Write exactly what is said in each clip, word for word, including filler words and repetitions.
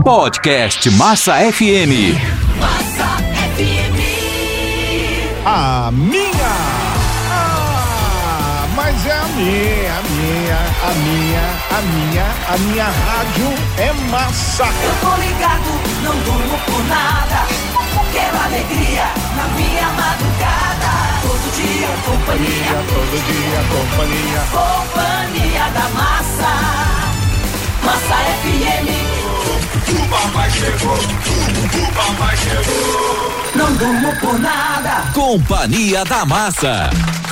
Podcast Massa F M. Massa F M. A minha, ah, mas é a minha, a minha, a minha, a minha, a minha rádio é massa. Eu tô ligado, não durmo por nada. Quero alegria na minha madrugada. Todo dia companhia, todo dia companhia. Companhia da Massa. Massa F M. O papai chegou, o papai chegou. Não durmo por nada. Companhia da Massa.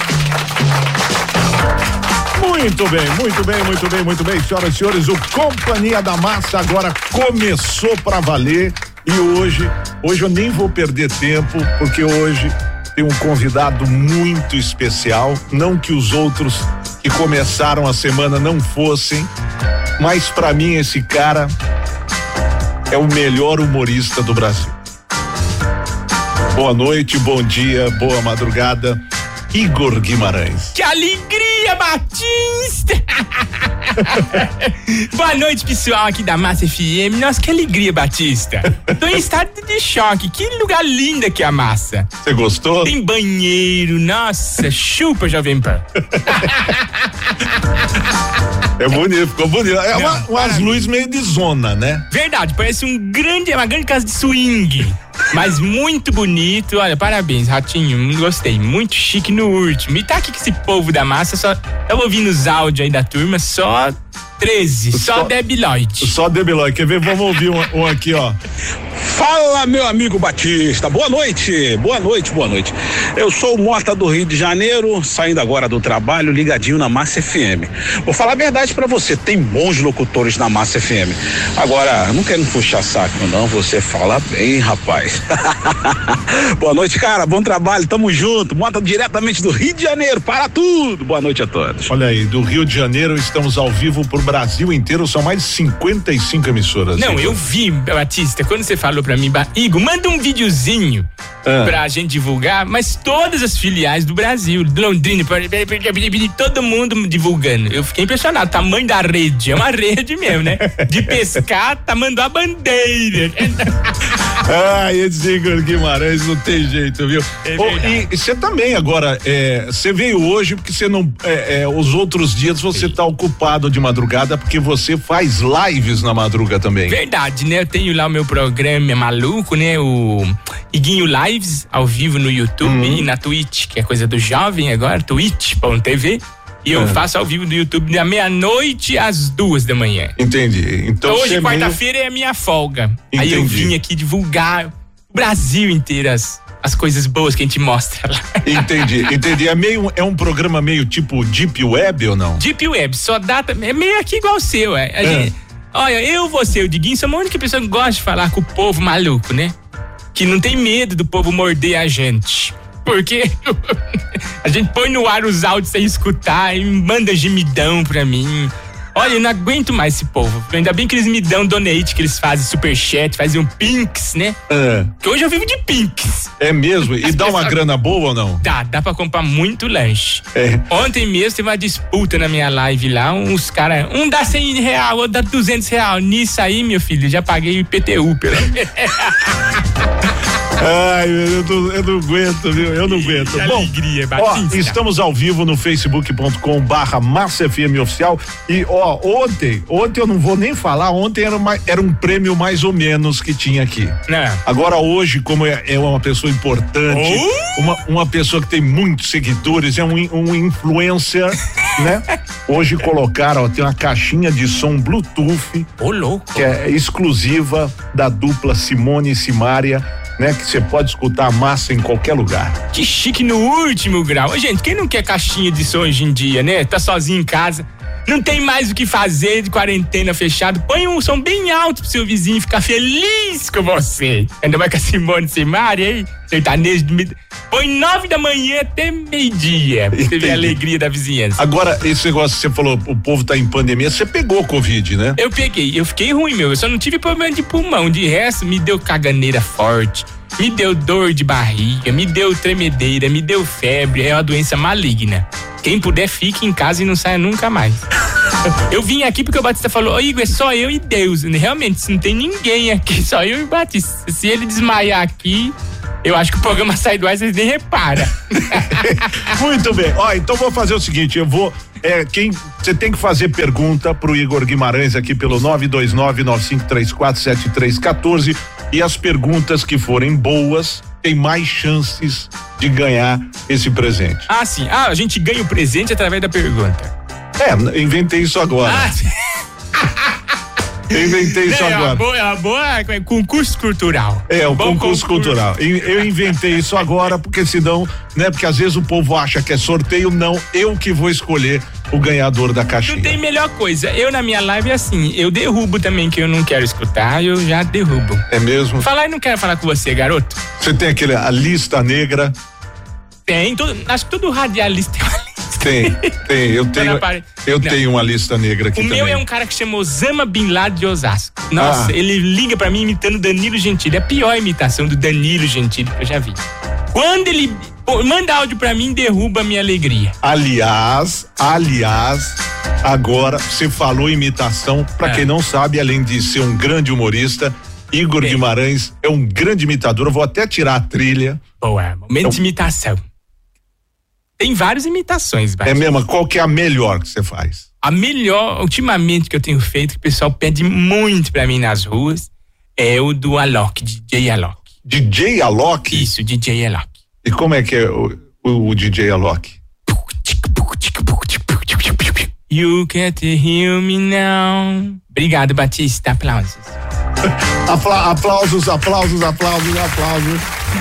Muito bem, muito bem, muito bem, muito bem, senhoras e senhores, o Companhia da Massa agora começou pra valer e hoje, hoje eu nem vou perder tempo, porque hoje tem um convidado muito especial, não que os outros que começaram a semana não fossem, mas pra mim esse cara é o melhor humorista do Brasil. Boa noite, bom dia, boa madrugada, Igor Guimarães. Que alegria, Batista! Boa noite, pessoal aqui da Massa F M. Nossa, que alegria, Batista. Tô em estado de choque. Que lugar lindo que é a Massa. Você gostou? Tem banheiro, nossa, chupa, Jovem Pan. É bonito, ficou bonito. É uma, umas luzes meio de zona, né? Verdade, parece um grande, uma grande casa de swing. Mas muito bonito, olha, parabéns, Ratinho, gostei, muito chique no último. E tá aqui com esse povo da Massa, só, eu ouvindo os áudios aí da turma, só treze, só, só Debiloid. Só Debiloid, quer ver? Vamos ouvir um, um aqui, ó. Fala, meu amigo Batista, boa noite, boa noite, boa noite. Eu sou o Mota do Rio de Janeiro, saindo agora do trabalho, ligadinho na Massa F M. Vou falar a verdade pra você, tem bons locutores na Massa F M. Agora, não quero puxar saco não, você fala bem, rapaz. Boa noite, cara, bom trabalho, tamo junto, Mota diretamente do Rio de Janeiro, para tudo, boa noite a todos. Olha aí, do Rio de Janeiro estamos ao vivo pro Brasil inteiro, são mais de cinquenta e cinco emissoras. Não, eu vi, Batista, quando você falou pra mim, Igor, manda um videozinho ah. pra gente divulgar, mas todas as filiais do Brasil, Londrina, todo mundo divulgando. Eu fiquei impressionado, tamanho da rede, é uma rede mesmo, né? De pescar, tá mandando a bandeira. Ah, esse Igor Guimarães não tem jeito, viu? É oh, e você também agora, você é, veio hoje porque você não, é, é, os outros dias você tá ocupado de madrugada porque você faz lives na madruga também. Verdade, né? Eu tenho lá o meu programa maluco, né? O Iguinho Lives, ao vivo no YouTube uhum. e na Twitch, que é coisa do jovem agora, twitch ponto t v. E eu é. faço ao vivo no YouTube da meia-noite às duas da manhã. Entendi. Então hoje, quarta-feira, meio... é a minha folga. Entendi. Aí eu vim aqui divulgar o Brasil inteiro as, as coisas boas que a gente mostra lá. Entendi, entendi. É meio, é um programa meio tipo Deep Web ou não? Deep Web, só data, é meio aqui igual o seu, é. A é. Gente, olha, eu, você, o Diguinho, somos a única pessoa que gosta de falar com o povo maluco, né? Que não tem medo do povo morder a gente. Porque a gente põe no ar os áudios sem escutar e manda gemidão pra mim. Olha, eu não aguento mais esse povo. Ainda bem que eles me dão donate, que eles fazem superchat, fazem um pinks, né? É. Que hoje eu vivo de pinks. É mesmo? E As dá pessoas... uma grana boa ou não? Dá, dá pra comprar muito lanche. É. Ontem mesmo teve uma disputa na minha live lá, uns caras, um dá cem real, outro dá duzentos real. Nisso aí, meu filho, já paguei I P T U pelo... Ai, eu não, eu não aguento, viu? Eu não aguento. Que Bom, alegria, Batista. Ó, estamos ao vivo no facebook ponto com barra Massa F M Oficial e ó, ontem, ontem eu não vou nem falar, ontem era, uma, era um prêmio mais ou menos que tinha aqui. É. Agora hoje, como é, é uma pessoa importante, oh? uma, uma pessoa que tem muitos seguidores, é um, um influencer, né? Hoje colocaram, ó, tem uma caixinha de som Bluetooth. Ô, louco. Que é exclusiva da dupla Simone e Simária, né? Que você pode escutar a Massa em qualquer lugar. Que chique no último grau. Gente, quem não quer caixinha de som hoje em dia, né? Tá sozinho em casa, não tem mais o que fazer de quarentena fechado. Põe um som bem alto pro seu vizinho ficar feliz com você. Ainda mais com a Simone Simária, hein? Sertanejo de... Põe nove da manhã até meio-dia. Pra você ver a alegria da vizinhança. Agora, esse negócio que você falou, o povo tá em pandemia, você pegou Covid, né? Eu peguei, eu fiquei ruim, meu. Eu só não tive problema de pulmão. De resto, me deu caganeira forte, me deu dor de barriga, me deu tremedeira, me deu febre. É uma doença maligna. Quem puder, fique em casa e não saia nunca mais. Eu vim aqui porque o Batista falou, ô Igor, é só eu e Deus. Realmente, se não tem ninguém aqui, só eu e o Batista. Se ele desmaiar aqui, eu acho que o programa sai do ar, vocês nem reparam. Muito bem. Ó, então vou fazer o seguinte, eu vou, é, quem, você tem que fazer pergunta pro Igor Guimarães aqui pelo nove dois nove, nove cinco três quatro, sete três um quatro e as perguntas que forem boas tem mais chances de ganhar esse presente. Ah, sim. Ah, a gente ganha o presente através da pergunta. É, inventei isso agora. Ah, sim. Eu inventei isso é agora. Uma boa, é uma boa, é concurso cultural. É, o Bom concurso, concurso cultural. Eu inventei isso agora, porque senão, né? Porque às vezes o povo acha que é sorteio, não, eu que vou escolher o ganhador da caixinha. Não tem melhor coisa. Eu na minha live é assim, eu derrubo também que eu não quero escutar, eu já derrubo. É mesmo? Falar e não quero falar com você, garoto. Você tem aquele, a lista negra? Tem, todo, acho que todo radialista tem uma lista. Tem, tem, eu tenho, eu não. tenho uma lista negra aqui o também. O meu é um cara que chama Osama Bin Laden de Osasco. Nossa, ah. ele liga pra mim imitando Danilo Gentili. É a pior imitação do Danilo Gentili que eu já vi. Quando ele pô, manda áudio pra mim, derruba a minha alegria. Aliás, aliás, agora você falou imitação, pra é. quem não sabe, além de ser um grande humorista, Igor Bem. Guimarães é um grande imitador. Eu vou até tirar a trilha. Boa, momento de imitação. Tem várias imitações, Batista. É mesmo? Qual que é a melhor que você faz? A melhor, ultimamente, que eu tenho feito, que o pessoal pede muito pra mim nas ruas, é o do Alok, D J Alok. D J Alok? Isso, D J Alok. E como é que é o, o, o D J Alok? You can't hear me now. Obrigado, Batista. Aplausos. Apla- aplausos, aplausos, aplausos, aplausos.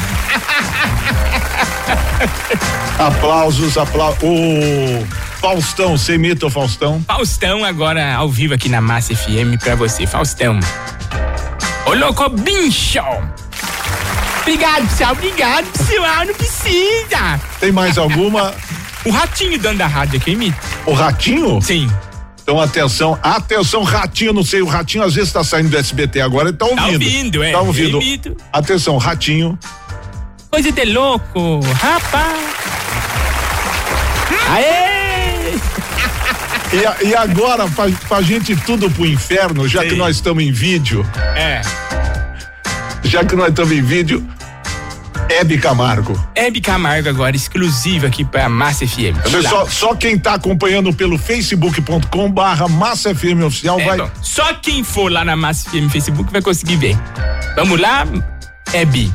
Aplausos, aplausos. O Faustão, você imita o Faustão? Faustão agora ao vivo aqui na Massa F M pra você, Faustão. Ô louco, bicho! Obrigado, pessoal, obrigado, pessoal, não precisa! Tem mais alguma? O Ratinho dando da rádio aqui, imita. O Ratinho? Sim. Então, atenção, atenção, Ratinho, não sei, o Ratinho às vezes tá saindo do S B T agora, ele tá ouvindo. Tá ouvindo, é. Tá ouvindo. Atenção, Ratinho. Coisa de louco, rapaz. Aê! E, e agora, pra, pra gente ir tudo pro inferno, já Sim. que nós estamos em vídeo. É. Já que nós estamos em vídeo, Hebe Camargo. Hebe Camargo agora, exclusiva aqui pra Massa F M. Só, só quem tá acompanhando pelo facebook ponto com barra Massa F M Oficial é, vai. Bom, só quem for lá na Massa F M Facebook vai conseguir ver. Vamos lá, Hebe.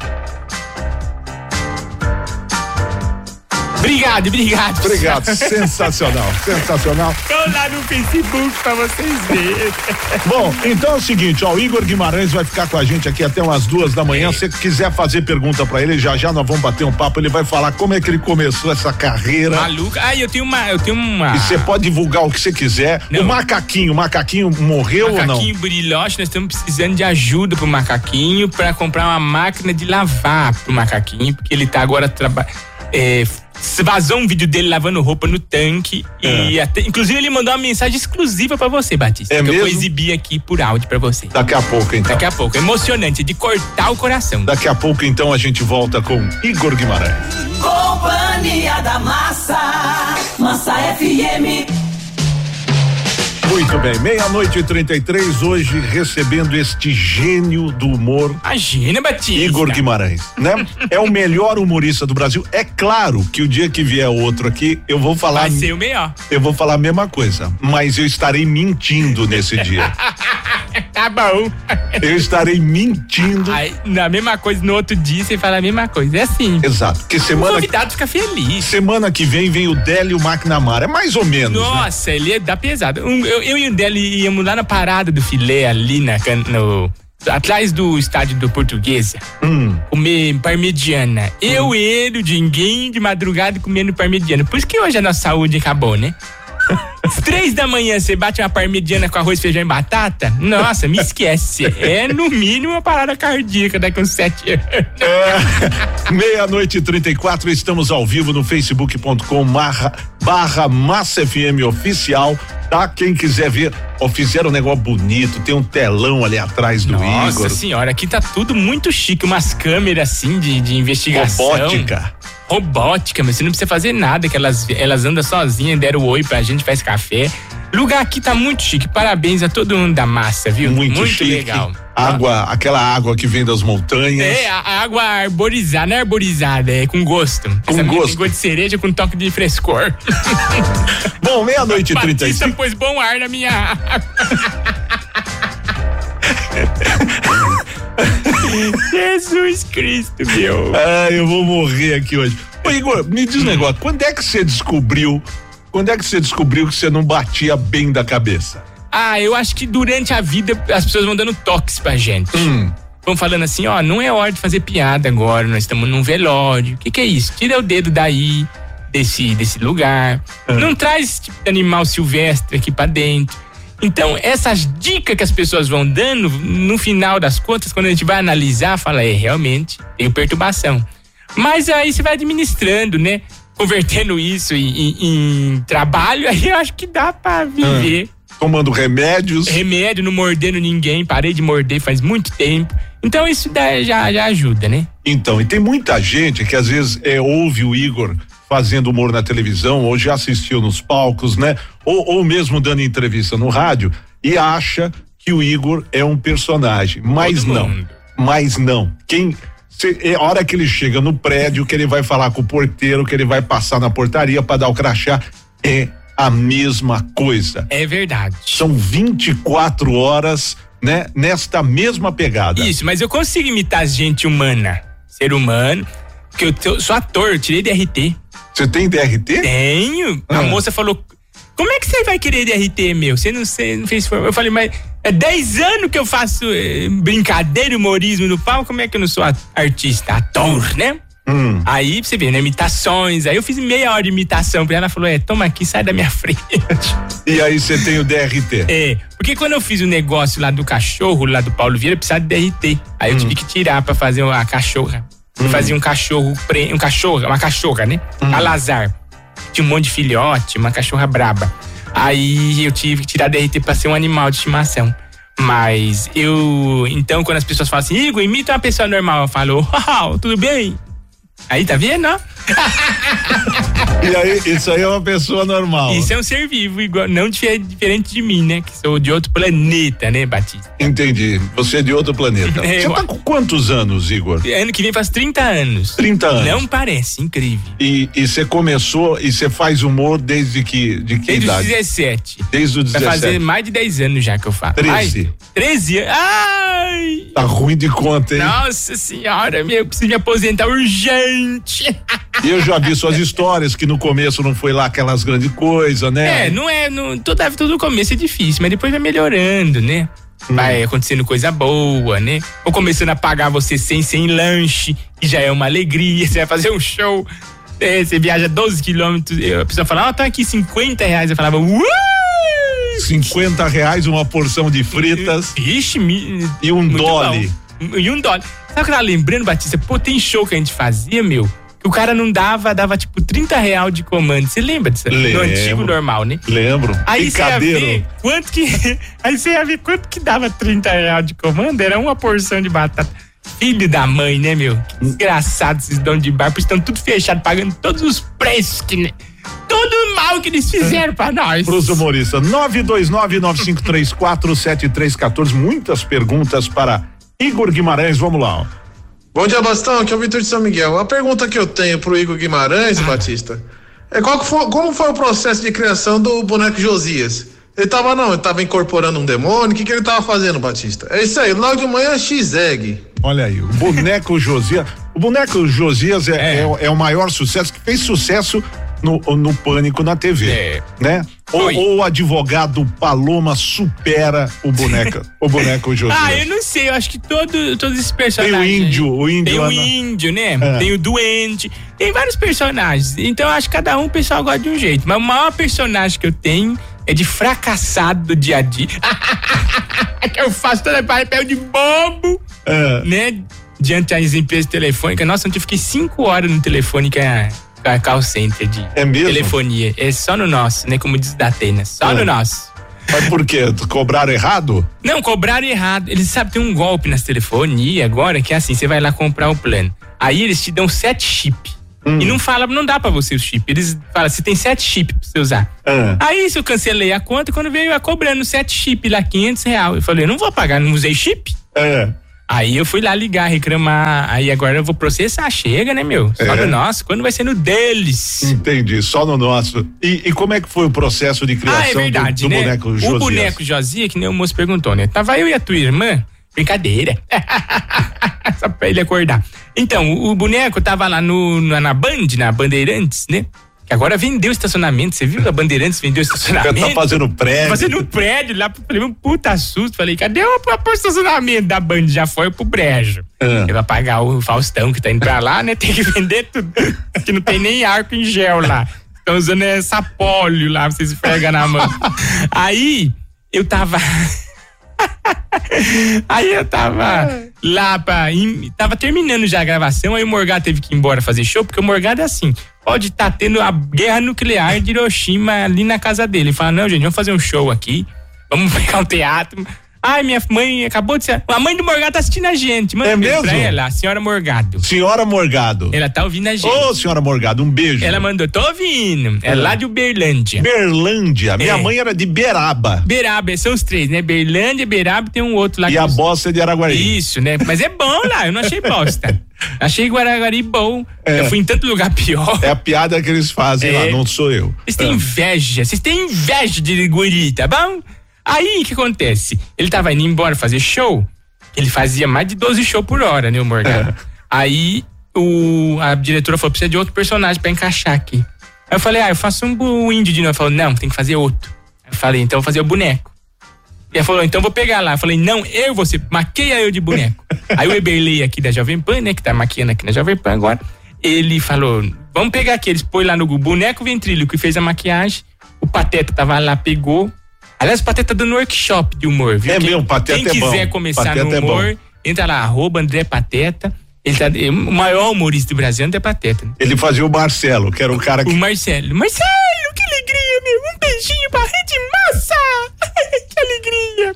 Obrigado, obrigado. Obrigado, sensacional, sensacional. Tô lá no Facebook pra vocês verem. Bom, então é o seguinte, ó, o Igor Guimarães vai ficar com a gente aqui até umas duas da manhã. Se você quiser fazer pergunta pra ele, já já nós vamos bater um papo, ele vai falar como é que ele começou essa carreira. Maluco, ah, eu tenho uma, eu tenho uma. E você pode divulgar o que você quiser. Não. O macaquinho, o macaquinho morreu macaquinho ou não? Macaquinho brilhoche, nós estamos precisando de ajuda pro macaquinho pra comprar uma máquina de lavar pro macaquinho, porque ele tá agora trabalhando. É, vazou um vídeo dele lavando roupa no tanque é. e até, inclusive ele mandou uma mensagem exclusiva pra você, Batista, é que mesmo? eu vou exibir aqui por áudio pra você. Daqui a pouco, então. Daqui a pouco, emocionante, de cortar o coração. Daqui a pouco, então, a gente volta com Igor Guimarães. Companhia da Massa, Massa F M. Muito bem, meia-noite e trinta e três, hoje recebendo este gênio do humor. Imagina, Batista. Igor Guimarães, né? É o melhor humorista do Brasil. É claro que o dia que vier outro aqui, eu vou falar. Vai ser o melhor. Eu vou falar a mesma coisa, mas eu estarei mentindo nesse dia. Tá bom. Eu estarei mentindo. Aí, na mesma coisa, no outro dia você fala a mesma coisa. É assim. Exato. Porque semana. O convidado fica feliz. Semana que vem vem o Délio McNamara. É mais ou menos. Nossa, né? ele é da pesada. Um, eu, eu e o Délio íamos lá na parada do filé, ali na, no, atrás do estádio do Portuguesa. Hum. Comer parmegiana. Hum. Eu, ele, o Dinguinho, de madrugada comendo parmegiana. Por isso que hoje a nossa saúde acabou, né? Três da manhã você bate uma parmegiana com arroz, feijão e batata? Nossa, me esquece. É no mínimo uma parada cardíaca daqui uns sete anos. É, meia-noite e trinta e quatro, estamos ao vivo no facebook ponto com barra Massa F M Oficial, tá? Quem quiser ver, ó, fizeram um negócio bonito, tem um telão ali atrás do Nossa Igor. Nossa senhora, aqui tá tudo muito chique, umas câmeras assim de, de investigação. Robótica. Robótica, mas você não precisa fazer nada, que elas, elas andam sozinhas, deram oi pra gente, faz café. Lugar aqui tá muito chique, parabéns a todo mundo da massa, viu? Muito, muito chique. legal. Água, aquela água que vem das montanhas. É, a, a água arborizada, não é arborizada, é com gosto. Com Essa gosto. Tem gosto de cereja com toque de frescor. Bom, meia-noite e trinta e Batista cinco. pôs bom ar na minha água. Jesus Cristo, meu. Ah, eu vou morrer aqui hoje. Ô, Igor, me diz um negócio, quando é que você descobriu, quando é que você descobriu que você não batia bem da cabeça? Ah, eu acho que durante a vida as pessoas vão dando toques pra gente. Hum. Vão falando assim, ó, não é hora de fazer piada agora, nós estamos num velório. O que que é isso? Tira o dedo daí, desse, desse lugar. Hum. Não traz esse tipo de animal silvestre aqui pra dentro. Então, essas dicas que as pessoas vão dando, no final das contas, quando a gente vai analisar, fala, é, realmente, tem perturbação. Mas aí você vai administrando, né? Convertendo isso em, em, em trabalho, aí eu acho que dá pra viver. Hum. Tomando remédios. Remédio, não mordendo ninguém, parei de morder faz muito tempo. Então isso dá, já, já ajuda, né? Então, e tem muita gente que às vezes é, ouve o Igor fazendo humor na televisão, ou já assistiu nos palcos, né? Ou, ou mesmo dando entrevista no rádio e acha que o Igor é um personagem. Mas Todo não, mundo. mas não. Quem, cê, é a hora que ele chega no prédio, que ele vai falar com o porteiro, que ele vai passar na portaria para dar o crachá, é a mesma coisa. É verdade. São vinte e quatro horas, né? Nesta mesma pegada. Isso, mas eu consigo imitar gente humana, ser humano, porque eu, eu sou ator, eu tirei D R T. Você tem D R T? Tenho. Ah. A moça falou, como é que você vai querer D R T, meu? Você não, você não fez forma. Eu falei, mas é dez anos que eu faço eh, brincadeira, humorismo no palco, como é que eu não sou artista? Ator, né? Hum. Aí você vê, né? Imitações. Aí eu fiz meia hora de imitação pra ela. Ela falou: é, toma aqui, sai da minha frente. E aí você tem o D R T. É, porque quando eu fiz o negócio lá do cachorro, lá do Paulo Vieira, eu precisava de D R T. Aí eu Hum. tive que tirar pra fazer a cachorra. Eu fazia um cachorro, pre... um cachorro, uma cachorra, né? Hum. Alazar. Tinha um monte de filhote, uma cachorra braba. Aí eu tive que tirar D R T pra ser um animal de estimação. Mas eu. Então, quando as pessoas falam assim, Igor, imita uma pessoa normal, eu falo, oh, tudo bem? Aí, tá vendo, ó? E aí, isso aí é uma pessoa normal. Isso é um ser vivo, igual, não difer- diferente de mim, né? Que sou de outro planeta, né, Batista? Entendi. Você é de outro planeta. É, Você eu- tá com quantos anos, Igor? Ano que vem faz trinta anos. trinta anos. Não parece, incrível. E e você começou, e você faz humor desde que, de que Desde os idade? dezessete. Desde os Vai dezessete. fazer mais de dez anos já que eu faço. treze. Mais? treze anos. Ai! Tá ruim de conta, hein? Nossa senhora, meu, eu preciso me aposentar urgente. E eu já vi suas histórias, que no começo não foi lá aquelas grandes coisas, né? É, não é, não, tudo, tudo no começo é difícil, mas depois vai melhorando, né? Hum. Vai acontecendo coisa boa, né? Ou começando a pagar você sem, sem lanche, que já é uma alegria, você vai fazer um show, é, você viaja doze quilômetros, a pessoa fala, ó, oh, tá aqui cinquenta reais, eu falava, uau! cinquenta reais uma porção de fritas Ixi, me, e um muito dolly. bom. E um dólar. Sabe o que eu tava lembrando, Batista? Pô, tem show que a gente fazia, meu, que o cara não dava, dava tipo trinta reais de comando. Você lembra disso? Lembro. No antigo normal, né? Lembro. Aí você ia Picadeiro. ver quanto que. Aí você ia ver quanto que dava trinta reais de comando. Era uma porção de batata. Filho da mãe, né, meu? Que desgraçado esses donos de bar, porque estão tudo fechado, pagando todos os preços que. né? Todo o mal que eles fizeram pra nós. Pros humoristas. nove dois nove, nove cinco três quatro, sete três um quatro. Muitas perguntas para Igor Guimarães. Vamos lá, ó. Bom dia, Bastão, aqui é o Vitor de São Miguel. A pergunta que eu tenho pro Igor Guimarães, Ah. Batista, é qual que foi, como foi o processo de criação do boneco Josias? Ele tava, não, ele tava incorporando um demônio, o que que ele tava fazendo, Batista? É isso aí, logo de manhã, X-Egg. Olha aí, o boneco Josias. O boneco Josias é, É. é. é o maior sucesso, que fez sucesso no, no Pânico na T V. É. Né? Ou, Foi. ou o advogado Paloma supera o boneco, o boneco Josias. Ah, eu não sei, eu acho que todo, todos esses Tem personagens. o índio, aí- o índio. Tem o Ana- índio, né? É. Tem o duende. Tem vários personagens. Então eu acho que cada um o pessoal gosta de um jeito. Mas o maior personagem que eu tenho é de fracassado do dia a dia. Que eu faço toda papel de bobo, É. né? Diante das empresas telefônicas. Nossa, ontem eu fiquei cinco horas no telefone com a, call center de é mesmo? telefonia. É só no nosso, né? Como diz da Atena, só é. no nosso. Mas por quê? Cobraram errado? Não, cobraram errado. Eles sabem, tem um golpe nas telefonias agora que é assim, você vai lá comprar o plano. Aí eles te dão sete chips. Hum. E não fala, não dá pra você o chip. Eles falam, você tem sete chips pra você usar. Ah. Aí se eu cancelei a conta, quando veio eu cobrando sete chips lá, quinhentos reais. Eu falei, eu não vou pagar, não usei chip. É. Aí eu fui lá ligar, reclamar. Aí agora eu vou processar. Chega, né, meu? Só é. no nosso. Quando vai ser no deles? Entendi, só no nosso. E, e como é que foi o processo de criação ah, é verdade, do, do né? boneco Josias? O boneco Josias, que nem o moço perguntou, né? Tava eu e a tua irmã. Brincadeira. Só pra ele acordar. Então, o, o boneco tava lá no, na, na Band, na Bandeirantes, né? Que agora vendeu estacionamento. Você viu que a Bandeirantes vendeu estacionamento? Tá fazendo prédio. Fazendo um prédio lá. Falei, um puta susto. Falei, cadê o, o estacionamento da Band? Já foi pro brejo. Ah. Ele vai pagar o Faustão que tá indo pra lá, né? Tem que vender tudo. Que não tem nem arco em gel lá. Estão usando essa pólio lá pra vocês pegar na mão. Aí, eu tava... Aí eu tava lá pra. Tava terminando já a gravação. Aí o Morgado teve que ir embora fazer show, porque o Morgado é assim: pode estar tá tendo a guerra nuclear de Hiroshima ali na casa dele. Ele fala: não, gente, vamos fazer um show aqui. Vamos pegar um teatro. Ai, minha mãe acabou de ser. A mãe do Morgado tá assistindo a gente. Manda é um beijo mesmo? Pra ela, a senhora Morgado. Senhora Morgado. Ela tá ouvindo a gente. Ô, senhora Morgado, um beijo. Ela mandou, tô ouvindo. É, é lá de Uberlândia. Berlândia. Minha é. mãe era de Beraba. Beraba, são os três, né? Berlândia, Beraba e tem um outro lá. E que a os... bosta é de Araguari. Isso, né? Mas é bom lá, eu não achei bosta. Achei Guaraguari bom. É. Eu fui em tanto lugar pior. É a piada que eles fazem é. lá, não sou eu. Vocês têm é. inveja, vocês têm inveja de guri, tá bom? Aí, o que acontece? Ele tava indo embora fazer show, ele fazia mais de doze shows por hora, né, o Morgado? É. Aí, o, a diretora falou, precisa de outro personagem pra encaixar aqui. Aí eu falei, ah, eu faço um, um índio de novo. Ela falou, não, tem que fazer outro. Aí eu falei, então eu vou fazer o boneco. E ela falou, então eu vou pegar lá. Eu falei, não, eu, você, maqueia eu de boneco. Aí o Eberlei aqui da Jovem Pan, né, que tá maquiando aqui na Jovem Pan agora, ele falou, vamos pegar aqui, eles põem lá no boneco ventríloco e fez a maquiagem, o Pateta tava lá, pegou. Aliás, o Pateta tá dando workshop de humor, viu? É quem, mesmo, Pateta é bom. Quem quiser começar Pateta no humor, é entra lá, arroba André Pateta. Ele tá, é, o maior humorista do Brasil é André Pateta. Né? Ele fazia o Marcelo, que era o cara que... O Marcelo. Marcelo, que alegria, meu. Um beijinho pra Rede Massa. Que alegria.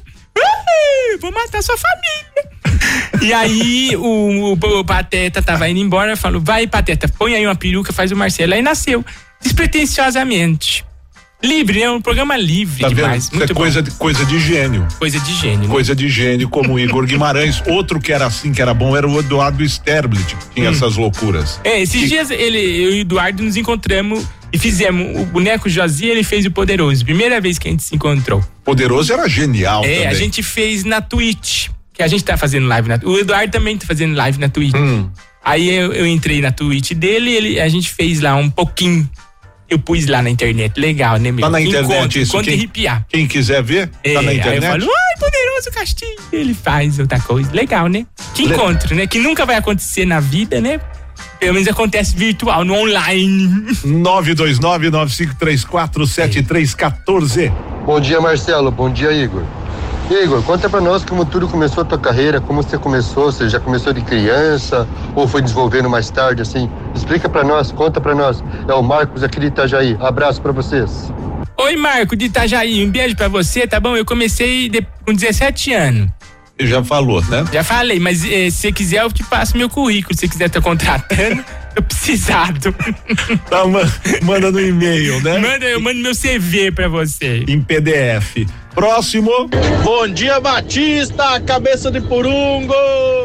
Ai, vou matar sua família. E aí, o, o, o Pateta tava indo embora, falou, vai, Pateta, põe aí uma peruca, faz o Marcelo. Aí nasceu, despretensiosamente. Livre, né? Um programa livre tá demais. Vendo? Muito é coisa de, coisa de gênio. Coisa de gênio. Coisa né? de gênio, como o Igor Guimarães. Outro que era assim, que era bom, era o Eduardo Sterblit, que tinha hum. essas loucuras. É, esses que... dias ele, eu e o Eduardo nos encontramos e fizemos o boneco Josias, ele fez o Poderoso. Primeira vez que a gente se encontrou. Poderoso era genial É, também. a gente fez na Twitch, que a gente tá fazendo live na O Eduardo também tá fazendo live na Twitch. Hum. Aí eu, eu entrei na Twitch dele e ele, a gente fez lá um pouquinho. Eu pus lá na internet, legal, né, meu? Tá na internet encontro, isso. Encontro quem, arrepiar. Quem quiser ver, é, tá na internet. Aí eu falo, ai, Poderoso Castilho. Ele faz outra coisa, legal, né? Que Le... encontro, né? Que nunca vai acontecer na vida, né? Pelo menos acontece virtual, no online. nove dois nove, nove cinco três quatro, sete três um quatro. Bom dia, Marcelo. Bom dia, Igor. Igor, conta pra nós como tudo começou a tua carreira, como você começou, você já começou de criança ou foi desenvolvendo mais tarde, assim? Explica pra nós, conta pra nós. É o Marcos aqui de Itajaí. Abraço pra vocês. Oi, Marco de Itajaí, um beijo pra você, tá bom? Eu comecei de, com dezessete anos. Você já falou, né? Já falei, mas eh, se você quiser eu te passo meu currículo, se você quiser estar contratando, eu precisado. Tá, man, manda no e-mail, né? Manda, eu mando meu C V pra você. Em P D F. Próximo. Bom dia, Batista, cabeça de purungo.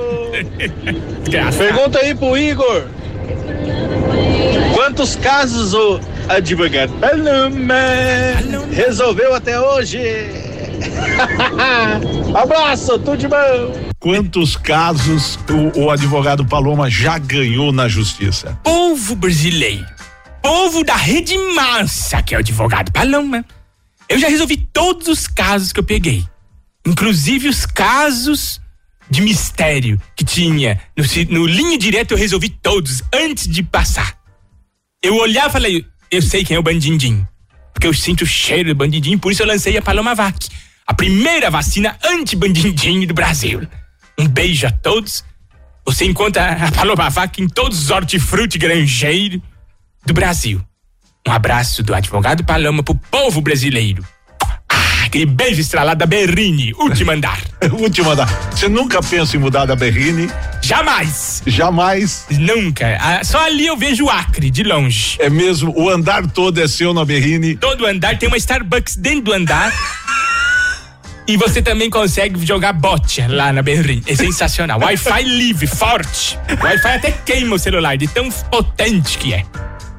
Pergunta aí pro Igor. Quantos casos o advogado Paloma resolveu até hoje? Abraço, tudo de bom. Quantos casos o, o advogado Paloma já ganhou na justiça? Povo brasileiro, povo da Rede Massa, que é o advogado Paloma. Eu já resolvi todos os casos que eu peguei. Inclusive os casos de mistério que tinha. No, no linha direta eu resolvi todos antes de passar. Eu olhava e falei, eu sei quem é o Bandindim. Porque eu sinto o cheiro do Bandindim, por isso eu lancei a Palomavac. A primeira vacina anti-Bandindim do Brasil. Um beijo a todos. Você encontra a Palomavac em todos os hortifruti granjeiros. do Brasil. Um abraço do advogado Paloma pro povo brasileiro. Ah, aquele beijo estralado da Berrini, último andar. Último andar. Você nunca pensa em mudar da Berrini? Jamais. Jamais? Nunca. Ah, só ali eu vejo o Acre, de longe. É mesmo? O andar todo é seu na Berrini? Todo andar, tem uma Starbucks dentro do andar. E você também consegue jogar bote lá na Berrini. É sensacional. Wi-Fi livre, forte. Wi-Fi até queima o celular, de tão potente que é.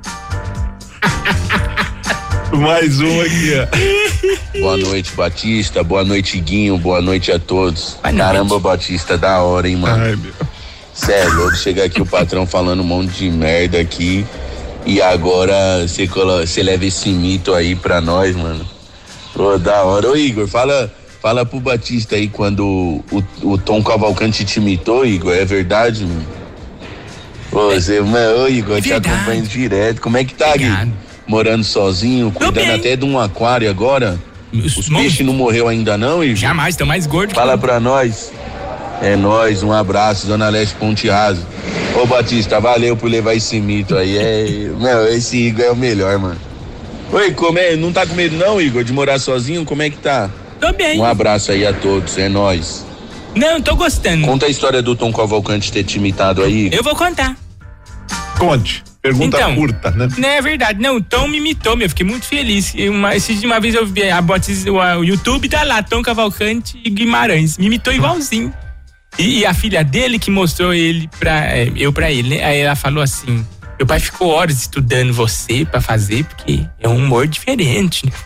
Mais um aqui, ó. Boa noite, Batista. Boa noite, Guinho. Boa noite a todos. Boa noite. Caramba, Batista, da hora, hein, mano? Ai, meu. Sério, louco, chegar aqui o patrão falando um monte de merda aqui e agora você colo... leva esse mito aí pra nós, mano. Ô, da hora. Ô, Igor, fala, fala pro Batista aí quando o, o Tom Cavalcante te imitou, Igor, é verdade, mano? Ô, você, mano, ô, Igor, eu te acompanho direto. Como é que tá, Gui? Morando sozinho, cuidando até de um aquário agora? Os, Os peixes não morreu ainda não, Igor? Jamais, estão mais gordos. Fala pra nós. É nóis, um abraço, Zona Leste Ponte Raso. Ô, Batista, valeu por levar esse mito aí. É, meu, esse Igor é o melhor, mano. Oi, como é? Não tá com medo não, Igor, de morar sozinho? Como é que tá? Tô bem. Um abraço aí a todos, é nóis. Não, tô gostando. Conta a história do Tom Cavalcante ter te imitado aí. Eu vou contar. Conte. Pergunta então, curta, né? Não é verdade. Não, o Tom me imitou, meu. Fiquei muito feliz. Uma, esse, uma vez eu vi a botes, o, o YouTube, tá lá, Tom Cavalcante e Guimarães. Me imitou igualzinho. E, e a filha dele que mostrou ele pra, é, eu pra ele, né? Aí ela falou assim: meu pai ficou horas estudando você pra fazer, porque é um humor diferente, né?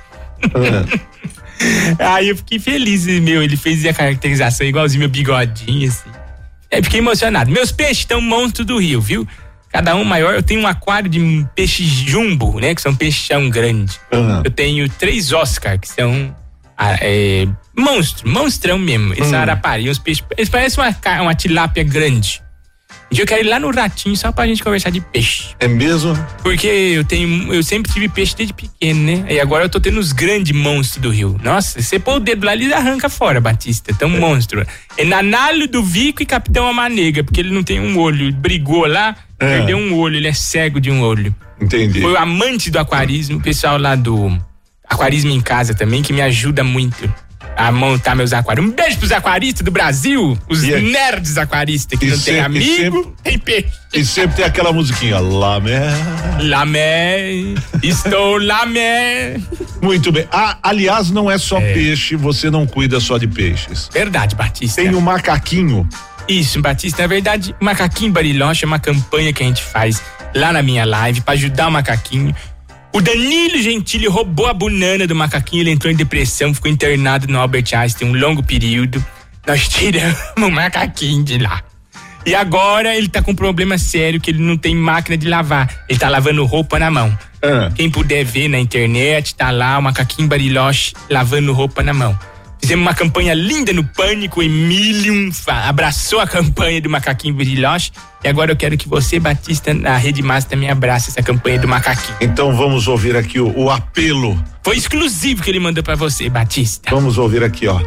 Uhum. Aí eu fiquei feliz, meu. Ele fez a caracterização igualzinho, meu bigodinho, assim. Aí fiquei emocionado. Meus peixes estão monstros do rio, viu? Cada um maior. Eu tenho um aquário de peixes jumbo, né? Que são peixão grande. Uhum. Eu tenho três Oscar, que são é, monstro, monstrão mesmo. Eles uhum. são arapari, os peixes. Eles parecem uma, uma tilápia grande. Um dia eu quero ir lá no Ratinho só pra gente conversar de peixe. É mesmo? Porque eu tenho, eu sempre tive peixe desde pequeno, né? E agora eu tô tendo os grandes monstros do rio. Nossa, você pôr o dedo lá, ele arranca fora, Batista. É tão é. monstro. É Nanalho do Vico e Capitão Amanega, porque ele não tem um olho. Ele brigou lá, é. perdeu um olho, ele é cego de um olho. Entendi. Foi o amante do aquarismo, o pessoal lá do Aquarismo em Casa também, que me ajuda muito a montar meus aquários. Um beijo pros aquaristas do Brasil, os e nerds aquaristas que não tem amigo, sempre, tem peixe. E sempre tem aquela musiquinha, Lamé. Lamé, estou lamé. Muito bem. Ah, aliás, não é só é. peixe, você não cuida só de peixes. Verdade, Batista. Tem um macaquinho. Isso, Batista, na verdade, o Macaquinho Bariloche é uma campanha que a gente faz lá na minha live pra ajudar o macaquinho. O Danilo Gentili roubou a banana do macaquinho, ele entrou em depressão, ficou internado no Albert Einstein um longo período. Nós tiramos o macaquinho de lá. E agora ele tá com um problema sério, que ele não tem máquina de lavar. Ele tá lavando roupa na mão. Ah. Quem puder ver na internet, tá lá o Macaquinho Bariloche lavando roupa na mão. Fizemos uma campanha linda no Pânico, o Emílio abraçou a campanha do Macaquinho Bariloche. E agora eu quero que você, Batista, na Rede Massa, também abrace essa campanha do macaquinho. Então vamos ouvir aqui o, o apelo. Foi exclusivo que ele mandou pra você, Batista. Vamos ouvir aqui, ó. Olá,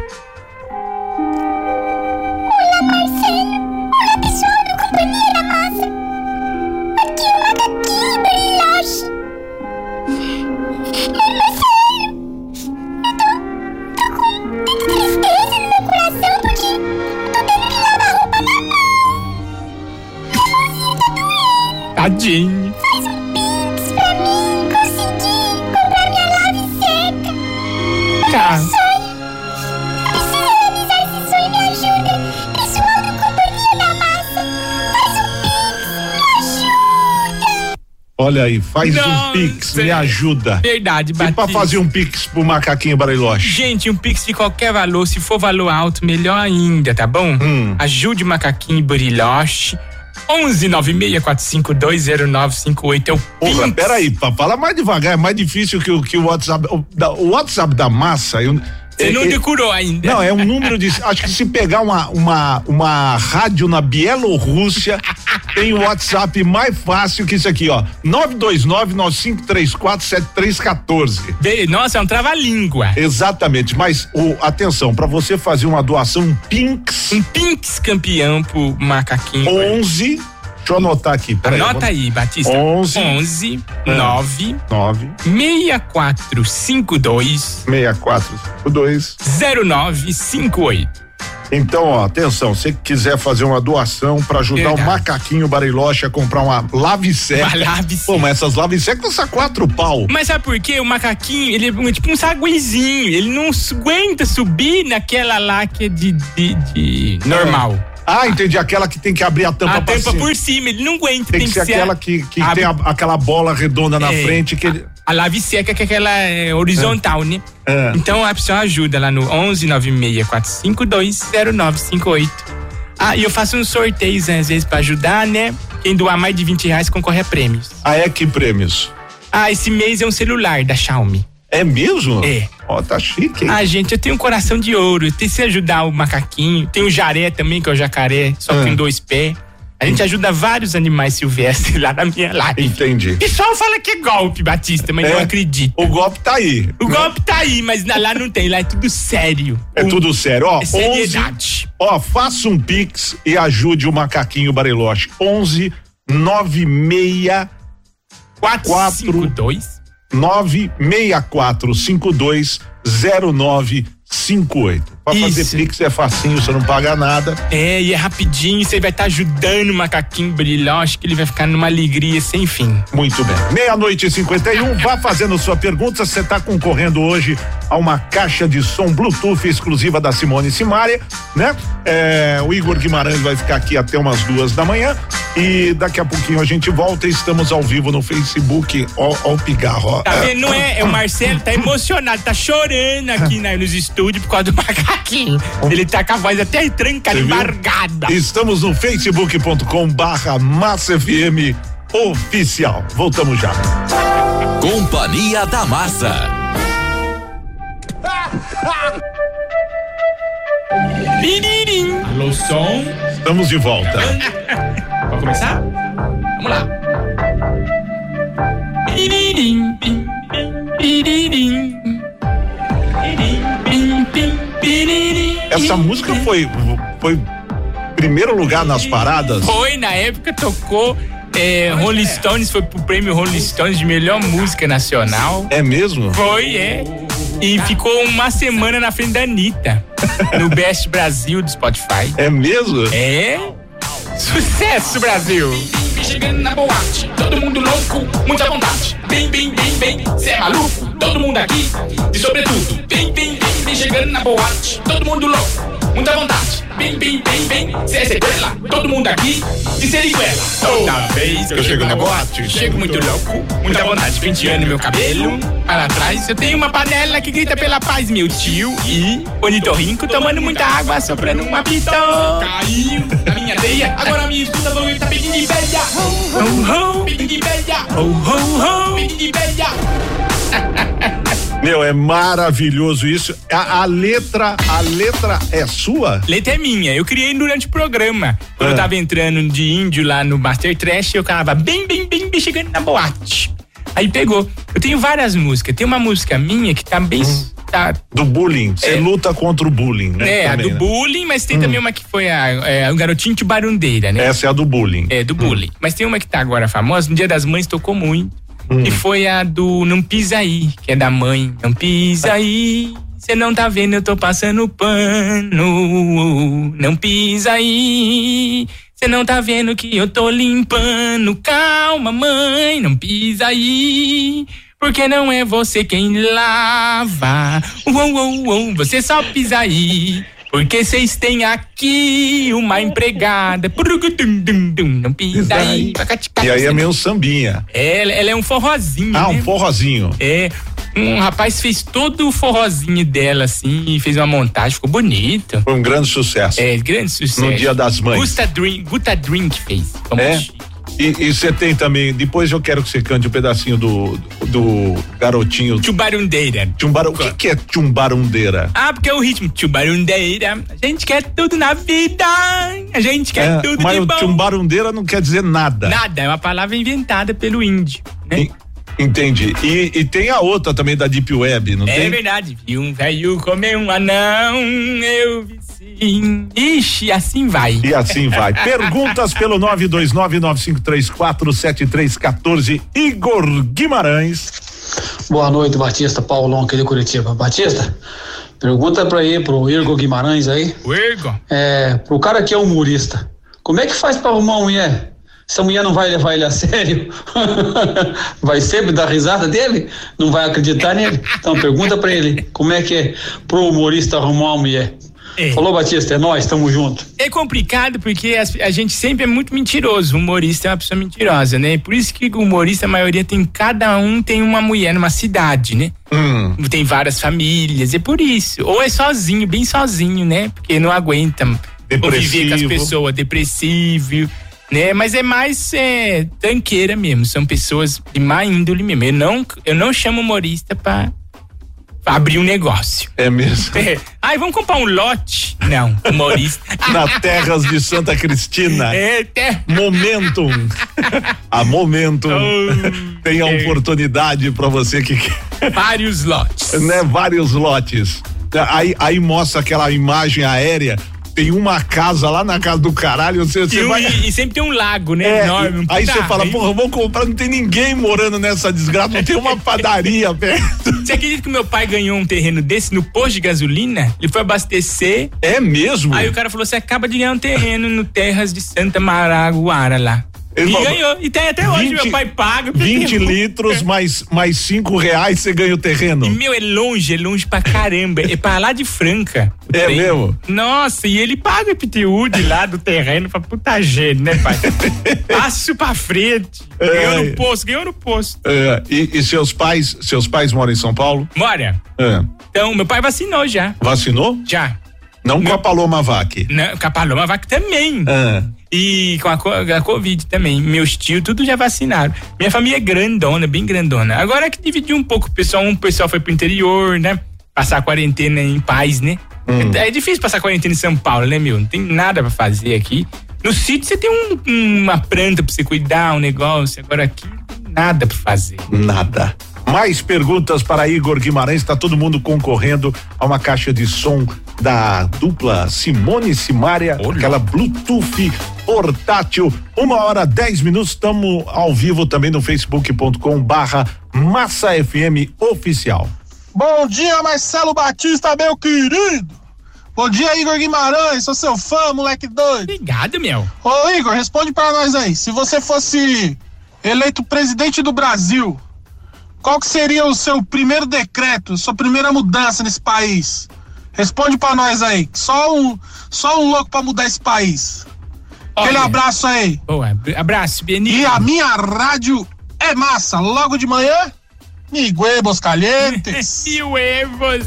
Marcelo. Olá, pessoal do Companhia da Massa. Aqui o Macaquinho Bariloche. É, Marcelo, eu tô, tô com tanta tristeza no meu coração porque eu tô tendo que lavar roupa na mão. Tadinho. Faz um pix pra mim conseguir comprar minha lave seca. Tá. Meu sonho. Preciso realizar esse sonho, me ajuda. Pessoal do Companhia da Massa, faz um pix, me ajuda. Olha aí, faz Nossa, um pix, me ajuda. Verdade, Batista. E pra fazer um pix pro Macaquinho Bariloche? Gente, um pix de qualquer valor, se for valor alto, melhor ainda, tá bom? Hum. Ajude o Macaquinho Bariloche. onze nove seis quatro cinco dois zero nove cinco oito é o Porra, Pix. peraí, fala mais devagar, é mais difícil que o que o WhatsApp, o, da, o WhatsApp da Massa. Eu, Você é, não é, decorou ainda. Não, é um número de, acho que se pegar uma uma uma rádio na Bielorrússia, tem o WhatsApp mais fácil que isso aqui, ó, nove dois nove nove cinco três quatro sete três um quatro. Nossa, é um trava-língua. Exatamente, mas o, atenção, pra você fazer uma doação, um Pix. Um Pix campeão pro Macaquinho. onze Deixa eu anotar aqui. Peraí, Anota vamos... aí, Batista. onze. onze, nove, nove, seis quatro cinco dois, seis quatro cinco dois, zero nove cinco oito. Então, ó, atenção, se quiser fazer uma doação pra ajudar Verdade. o macaquinho Bariloche a comprar uma lave seca. Uma lave seca. Pô, mas essas laves secas custam quatro pau. Mas sabe por quê? O macaquinho, ele é tipo um saguizinho, ele não aguenta subir naquela lá que é de, de, de normal. Ah, entendi. Aquela que tem que abrir a tampa A pra tampa cima. por cima, ele não aguenta. Tem, tem que ser aquela que, que a, tem a, aquela bola redonda na é, frente que ele... A lave seca que é aquela é, horizontal, é. né? É. Então a pessoa ajuda lá no onze nove seis quatro cinco dois zero nove cinco oito. Ah, e eu faço uns sorteios né, às vezes pra ajudar, né? Quem doar mais de vinte reais concorre a prêmios. Ah, é? Que prêmios? Ah, esse mês é um celular da Xiaomi. É mesmo? É. Ó, oh, tá chique, hein? Ah, gente, eu tenho um coração de ouro. Eu tenho que ajudar o macaquinho. Tem o jaré também, que é o jacaré, só que ah. tem dois pés. A gente ajuda vários animais silvestres lá na minha live. Entendi. O pessoal fala que é golpe, Batista, mas é, não acredito. O golpe tá aí. O golpe tá aí, mas lá não tem. Lá é tudo sério. É o, tudo sério. Ó, é seriedade. onze, ó, faça um pix e ajude o macaquinho Bariloche. onze nove seis quatro cinco dois nove seis quatro cinco dois zero nove cinco oito. Pra fazer Isso. pix é facinho, você não paga nada. É, e é rapidinho, você vai estar tá ajudando o macaquinho Bariloche, que ele vai ficar numa alegria sem fim. Muito bem. Meia-noite e cinquenta e um, vá fazendo sua pergunta. Você está concorrendo hoje a uma caixa de som Bluetooth exclusiva da Simone Simaria, né? É, o Igor Guimarães vai ficar aqui até umas duas da manhã e daqui a pouquinho a gente volta e estamos ao vivo no Facebook. Ó, ó o pigarro, ó. Tá vendo? Não é? É o Marcelo, tá emocionado, tá chorando aqui na, nos estúdios por causa do macaquinho. Ele tá com a voz até trancada, embargada. Estamos no facebook ponto com barra Massa F M oficial. Voltamos já. Companhia da Massa. Piririm. Alô, som. Estamos de volta. Pode começar? Vamos lá. Piririm. Piririm. Piririm. Piririm. Essa música foi foi primeiro lugar nas paradas? Foi, na época tocou é, Rolling Stones, foi pro prêmio Rolling Stones de melhor música nacional. É mesmo? Foi, é. E ficou uma semana na frente da Anitta, no Best Brasil do Spotify. É mesmo? É. Sucesso, Brasil! Chegando na boate, todo mundo louco, muita vontade. Bem, bem, bem, bem, cê é maluco, todo mundo aqui, de sobretudo. Bem, bem, bem, bem, chegando na boate, todo mundo louco, muita vontade. Bem, bem, bem, bem, cê é sequela, todo mundo aqui, de seriguela. Toda vez que eu chego na boate, chego muito louco, muita vontade. Penteando meu cabelo, para trás, eu tenho uma panela que grita pela paz, meu tio. E ornitorrinco tomando muita água, soprando uma pitão. Caiu na minha teia, agora me escuta, vou gritar pedindo de velha. Ho, ho, pedindo de velha. Ho, ho, ho, pedindo de velha. Meu, é maravilhoso isso. A, a letra, a letra é sua? Letra é minha, eu criei durante o programa. Quando é. eu tava entrando de índio lá no Master Trash, eu falava bem, bem, bem, bem, chegando na boate. Aí pegou. Eu tenho várias músicas. Tem uma música minha que tá bem... Hum. Tá, do bullying. Você é, luta contra o bullying, né? É, também, a do né? bullying, mas tem hum. também uma que foi a, é, o Garotinho Tubarundeira, né? Essa é a do bullying. É, do hum. bullying. Mas tem uma que tá agora famosa, no Dia das Mães tocou muito. Hum. Que foi a do Não Pisa Aí, que é da mãe. Não pisa aí, cê não tá vendo, eu tô passando pano. Não pisa aí, cê não tá vendo que eu tô limpando. Calma, mãe, não pisa aí, porque não é você quem lava. Uou, uou, uou, você só pisa aí, porque vocês têm aqui uma empregada. Não pisa aí. E aí é meio sambinha. É, ela é um forrozinho. Ah, né? um forrozinho. É. Um rapaz fez todo o forrozinho dela, assim, fez uma montagem, ficou bonito. Foi um grande sucesso. É, grande sucesso. No Dia das Mães. Gusta Drink, Guta Drink fez. Vamos é? E você tem também, depois eu quero que você cante um pedacinho do, do, do garotinho. Tubarundeira. Tumbaru, o que, que é Tumbarundeira? Ah, porque é o ritmo. Tubarundeira. A gente quer tudo na vida. A gente quer é, tudo mas de bom. Mas Tumbarundeira não quer dizer nada. Nada, é uma palavra inventada pelo índio, né? E, entendi. E, e tem a outra também da Deep Web, não é tem? É verdade. Vi um velho comer um anão, eu vi sim. Ixi, assim vai. E assim vai. Perguntas pelo nove dois nove nove cinco três quatro sete três um quatro. Igor Guimarães. Boa noite, Batista. Paulão aqui de Curitiba. Batista, pergunta pra ir pro Igor Guimarães aí. O Igor? É, pro cara que é humorista, como é que faz pra arrumar uma mulher? Se a mulher não vai levar ele a sério, vai sempre dar risada dele? Não vai acreditar nele? Então pergunta pra ele, como é que é pro humorista arrumar uma mulher? É. Falou, Batista, é nós, tamo junto. É complicado porque a, a gente sempre é muito mentiroso. O humorista é uma pessoa mentirosa, né? Por isso que o humorista, a maioria tem, cada um tem uma mulher numa cidade, né? Hum. Tem várias famílias, é por isso. Ou é sozinho, bem sozinho, né? Porque não aguenta conviver com as pessoas, depressivo, né? Mas é mais é, tanqueira mesmo, são pessoas de má índole mesmo. Eu não, eu não chamo humorista pra abrir um negócio. É mesmo? É. Ai, vamos comprar um lote? Não, humorista. Na terras de Santa Cristina. É, ter... Momentum. A Momentum oh, tem a é. oportunidade pra você que quer. Vários lotes. Né? Vários lotes. Aí, aí mostra aquela imagem aérea. Tem uma casa lá na casa do caralho, você, você e, vai... e sempre tem um lago, né? É, enorme. Um aí você fala, porra, vou comprar, não tem ninguém morando nessa desgraça, não tem uma padaria perto. Você acredita que meu pai ganhou um terreno desse no posto de gasolina? Ele foi abastecer. É mesmo? Aí o cara falou, você acaba de ganhar um terreno no Terras de Santa Maraguara lá. Ele e falou, ganhou, e tem até hoje, vinte, meu pai paga. vinte litros mais, mais cinco reais você ganha o terreno. E meu, é longe, é longe pra caramba, é pra lá de Franca. É tem. mesmo? Nossa, e ele paga o I P T U de lá do terreno pra puta gente, né, pai? Passo pra frente, é. ganhou no posto, ganhou no posto. É. E, e seus pais, seus pais moram em São Paulo? Mora. É. Então, meu pai vacinou já. Vacinou? Já. Não meu... com a Paloma Vac? Não, com a Paloma Vac também. É. E com a, a Covid também. Meus tios, tudo já vacinaram. Minha família é grandona, bem grandona. Agora é que dividiu um pouco o pessoal. Um pessoal foi pro interior, né? Passar a quarentena em paz, né? Hum. É, é difícil passar a quarentena em São Paulo, né, meu? Não tem nada pra fazer aqui. No sítio você tem um, uma planta pra você cuidar, um negócio. Agora aqui não tem nada pra fazer. Nada. Mais perguntas para Igor Guimarães, tá todo mundo concorrendo a uma caixa de som da dupla Simone e Simaria, Olha. aquela Bluetooth portátil, uma hora, dez minutos, estamos ao vivo também no facebook ponto com barra Massa F M Oficial. Bom dia, Marcelo Batista, meu querido. Bom dia, Igor Guimarães, sou seu fã, moleque doido. Obrigado, meu. Ô, Igor, responde para nós aí, se você fosse eleito presidente do Brasil, qual que seria o seu primeiro decreto, sua primeira mudança nesse país? Responde pra nós aí. Só um, só um louco pra mudar esse país. Olha, aquele abraço aí. Boa, abraço, Benito. E a minha rádio é massa. Logo de manhã, mi huevos calientes. Mi huevos.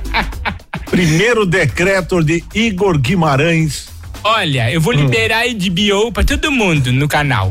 Primeiro decreto de Igor Guimarães. Olha, eu vou liberar hum. H B O pra todo mundo no canal.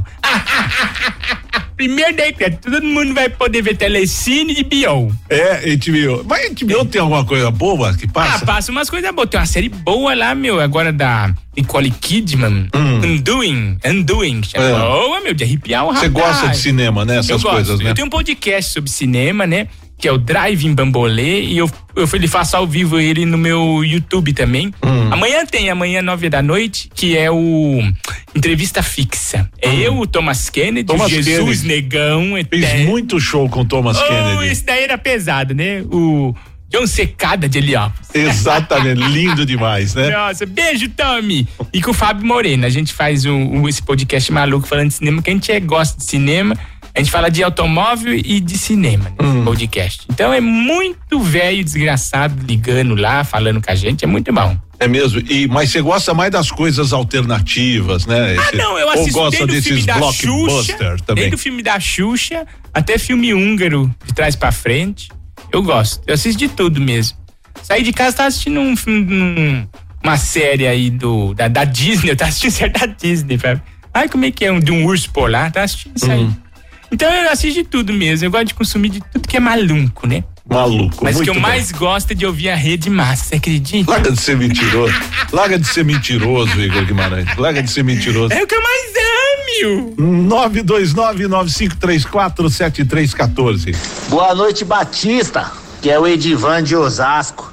Primeiro decreto, todo mundo vai poder ver Telecine e B O. É, H B O. Mas H B O é. tem alguma coisa boa que passa? Ah, passa umas coisas boas. Tem uma série boa lá, meu, agora da Nicole Kidman. Hum. Undoing, Undoing. É. Boa, meu, de arrepiar o rapaz. Você gosta de cinema, né? Essas eu coisas, gosto. né? Eu tenho um podcast sobre cinema, né? Que é o Drive-in Bambolê, e eu, eu ele faço ao vivo ele no meu YouTube também. Hum. Amanhã tem, amanhã nove da noite, que é o Entrevista Fixa. É hum. eu, o Thomas Kennedy, Thomas o Jesus Kennedy. Negão. Fiz até... muito show com o Thomas oh, Kennedy. Esse daí era pesado, né? O John Secada de Heliópolis. Exatamente, lindo demais, né? Nossa, beijo, Tommy. E com o Fábio Moreno, a gente faz um, um, esse podcast maluco falando de cinema, que a gente é, gosta de cinema. A gente fala de automóvel e de cinema nesse hum. podcast. Então é muito velho, desgraçado, ligando lá, falando com a gente, é muito bom. É mesmo? E, mas você gosta mais das coisas alternativas, né? Esse, ah, não, eu assisto ou gosta desde desses blockbuster também? Desde o filme da Xuxa até filme húngaro, de trás pra frente. Eu gosto, eu assisto de tudo mesmo. Saí de casa, tava assistindo um, um, uma série aí do, da, da Disney, eu tava assistindo série da Disney. Pra... Ai, como é que é? Um, de um urso polar, tava assistindo isso aí. Hum. Então eu assisto de tudo mesmo, eu gosto de consumir de tudo que é maluco, né? Maluco, Mas o que eu bom. mais gosto é de ouvir a Rede Massa, você acredita? Larga de ser mentiroso, larga de ser mentiroso, Igor Guimarães, larga de ser mentiroso. É o que eu mais amo! nove dois nove, nove cinco três quatro, sete três um quatro. Boa noite, Batista, que é o Edivan de Osasco.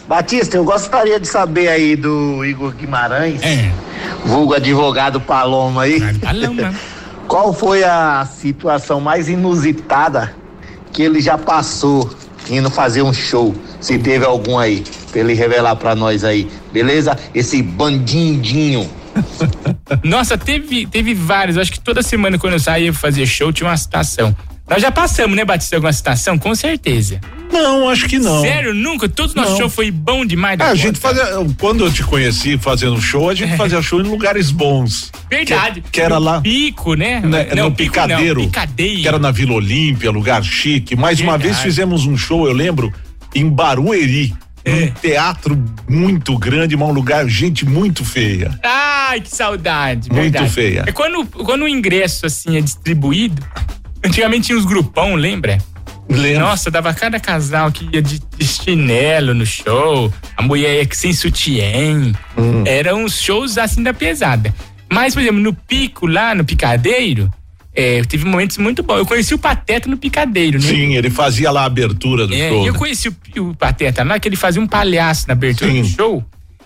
Batista, eu gostaria de saber aí do Igor Guimarães, É. vulgo advogado Paloma aí. Paloma. Qual foi a situação mais inusitada que ele já passou indo fazer um show? Se teve algum aí, pra ele revelar pra nós aí, beleza? Esse bandindinho. Nossa, teve, teve vários. Eu acho que toda semana quando eu saía fazer show tinha uma situação. Nós já passamos, né, Batista, alguma situação? Com certeza. Não, acho que não. Sério? Nunca? Todo nosso Não. show foi bom demais da Ah, a conta. gente fazia, quando eu te conheci fazendo show, a gente fazia show em lugares bons. Verdade. Que, que era no lá. Pico, né? né não, no Pico Picadeiro. Não, Picadeiro. Que era na Vila Olímpia, lugar chique. Mais uma Verdade. vez fizemos um show, eu lembro, em Barueri. É. Um teatro muito grande, mas um lugar, gente muito feia. Ai, que saudade. Muito verdade. feia. É quando, quando o ingresso, assim, é distribuído, antigamente tinha os grupão, lembra? Lembro. Nossa, dava cada casal que ia de, de chinelo no show, a mulher ia sem sutiã. Hum. Eram uns shows assim da pesada. Mas, por exemplo, no Pico, lá no Picadeiro, é, teve momentos muito bons. Eu conheci o Pateta no Picadeiro, né? Sim, ele fazia lá a abertura do É, show. eu né? conheci o, o Pateta lá, que ele fazia um palhaço na abertura Sim. do show.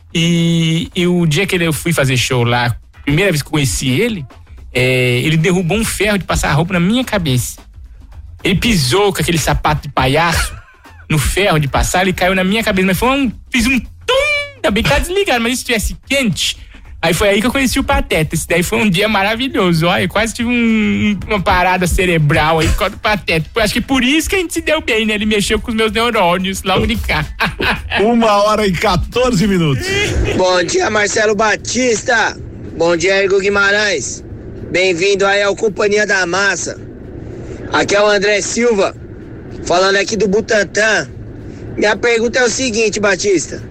E, e o dia que eu fui fazer show lá, primeira vez que eu conheci ele, é, ele derrubou um ferro de passar roupa na minha cabeça. Ele pisou com aquele sapato de palhaço no ferro de passar, ele caiu na minha cabeça, mas foi um, fiz um tum, ainda bem que tá desligado, mas se estivesse quente, aí foi aí que eu conheci o Pateta. Esse daí foi um dia maravilhoso, olha, eu quase tive um, uma parada cerebral aí por causa do Pateta. Eu acho que por isso que a gente se deu bem, né? Ele mexeu com os meus neurônios logo de cá. Uma hora e quatorze minutos. Bom dia, Marcelo Batista. Bom dia, Igor Guimarães. Bem-vindo aí ao Companhia da Massa. Aqui é o André Silva, falando aqui do Butantã. Minha pergunta é o seguinte, Batista.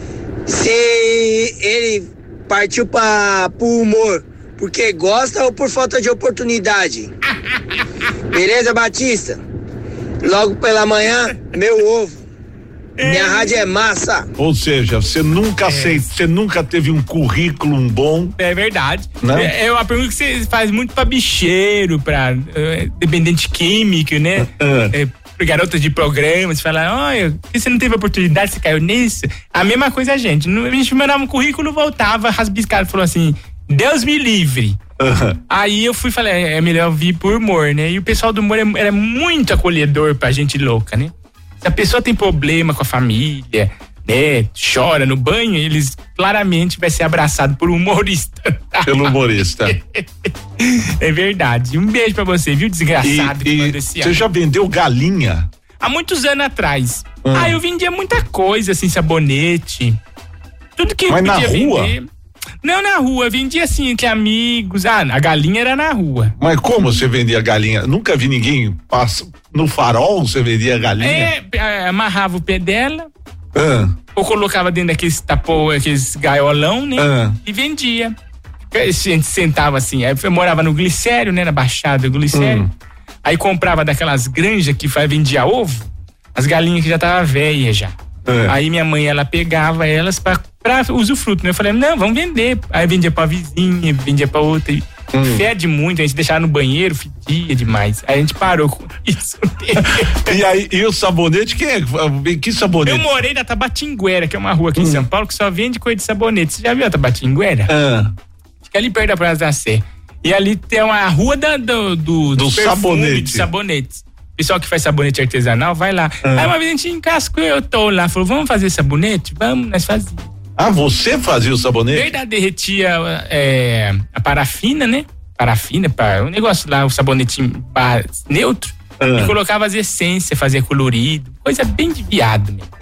Se ele partiu para o humor porque gosta ou por falta de oportunidade? Beleza, Batista? Logo pela manhã, meu ovo. Minha rádio é massa. Ou seja, você nunca aceitou, você nunca teve um currículo bom. É verdade. Né? É, é uma pergunta que você faz muito pra bicheiro, pra uh, dependente químico, né? É, pra garotas de programa, você fala, olha, por que você não teve oportunidade, você caiu nisso? A mesma coisa a gente. A gente mandava um currículo, voltava, rasbiscado, falou assim, Deus me livre. Uhum. Aí eu fui e falei, é melhor vir por humor, né? E o pessoal do humor é, era muito acolhedor pra gente louca, né? Se a pessoa tem problema com a família, né, chora no banho, eles claramente vai ser abraçado por um humorista. Pelo humorista. É verdade. Um beijo pra você, viu, desgraçado. E, e você já vendeu galinha? Há muitos anos atrás. Hum. Ah, eu vendia muita coisa, assim, sabonete. Tudo que eu Mas na podia rua? vender. Não na rua, eu vendia assim, entre amigos. Ah, a galinha era na rua. Mas como você vendia galinha? Nunca vi ninguém passa, no farol você vendia galinha? É, amarrava o pé dela, Ah, ou colocava dentro daqueles tapô, aqueles gaiolão, né? Ah. E vendia. A gente sentava assim, aí eu morava no Glicério, né? Na Baixada do Glicério. Hum. Aí comprava daquelas granjas que faz, vendia ovo, as galinhas que já tava velha já. É. Aí minha mãe, ela pegava elas pra, pra usufruto, né? Eu falei, não, vamos vender. Aí vendia pra vizinha, vendia pra outra. Hum. Fede muito, a gente deixava no banheiro, fedia demais. Aí a gente parou com isso. E aí, e o sabonete, quem é? Que sabonete? Eu morei na Tabatinguera, que é uma rua aqui hum. em São Paulo que só vende coisa de sabonete. Você já viu a Tabatinguera? Ah. Fica ali perto da Praça da Sé. E ali tem uma rua da, do, do, do sabonete. De sabonetes. Pessoal que faz sabonete artesanal, vai lá. Ah. Aí uma vez a gente encascou, eu tô lá, falou, vamos fazer sabonete? Vamos, nós fazíamos. Ah, você fazia o sabonete? Verdade, derretia é, a parafina, né? Parafina, para o negócio lá, o sabonetinho neutro. Ah. E colocava as essências, fazia colorido, coisa bem de viado mesmo.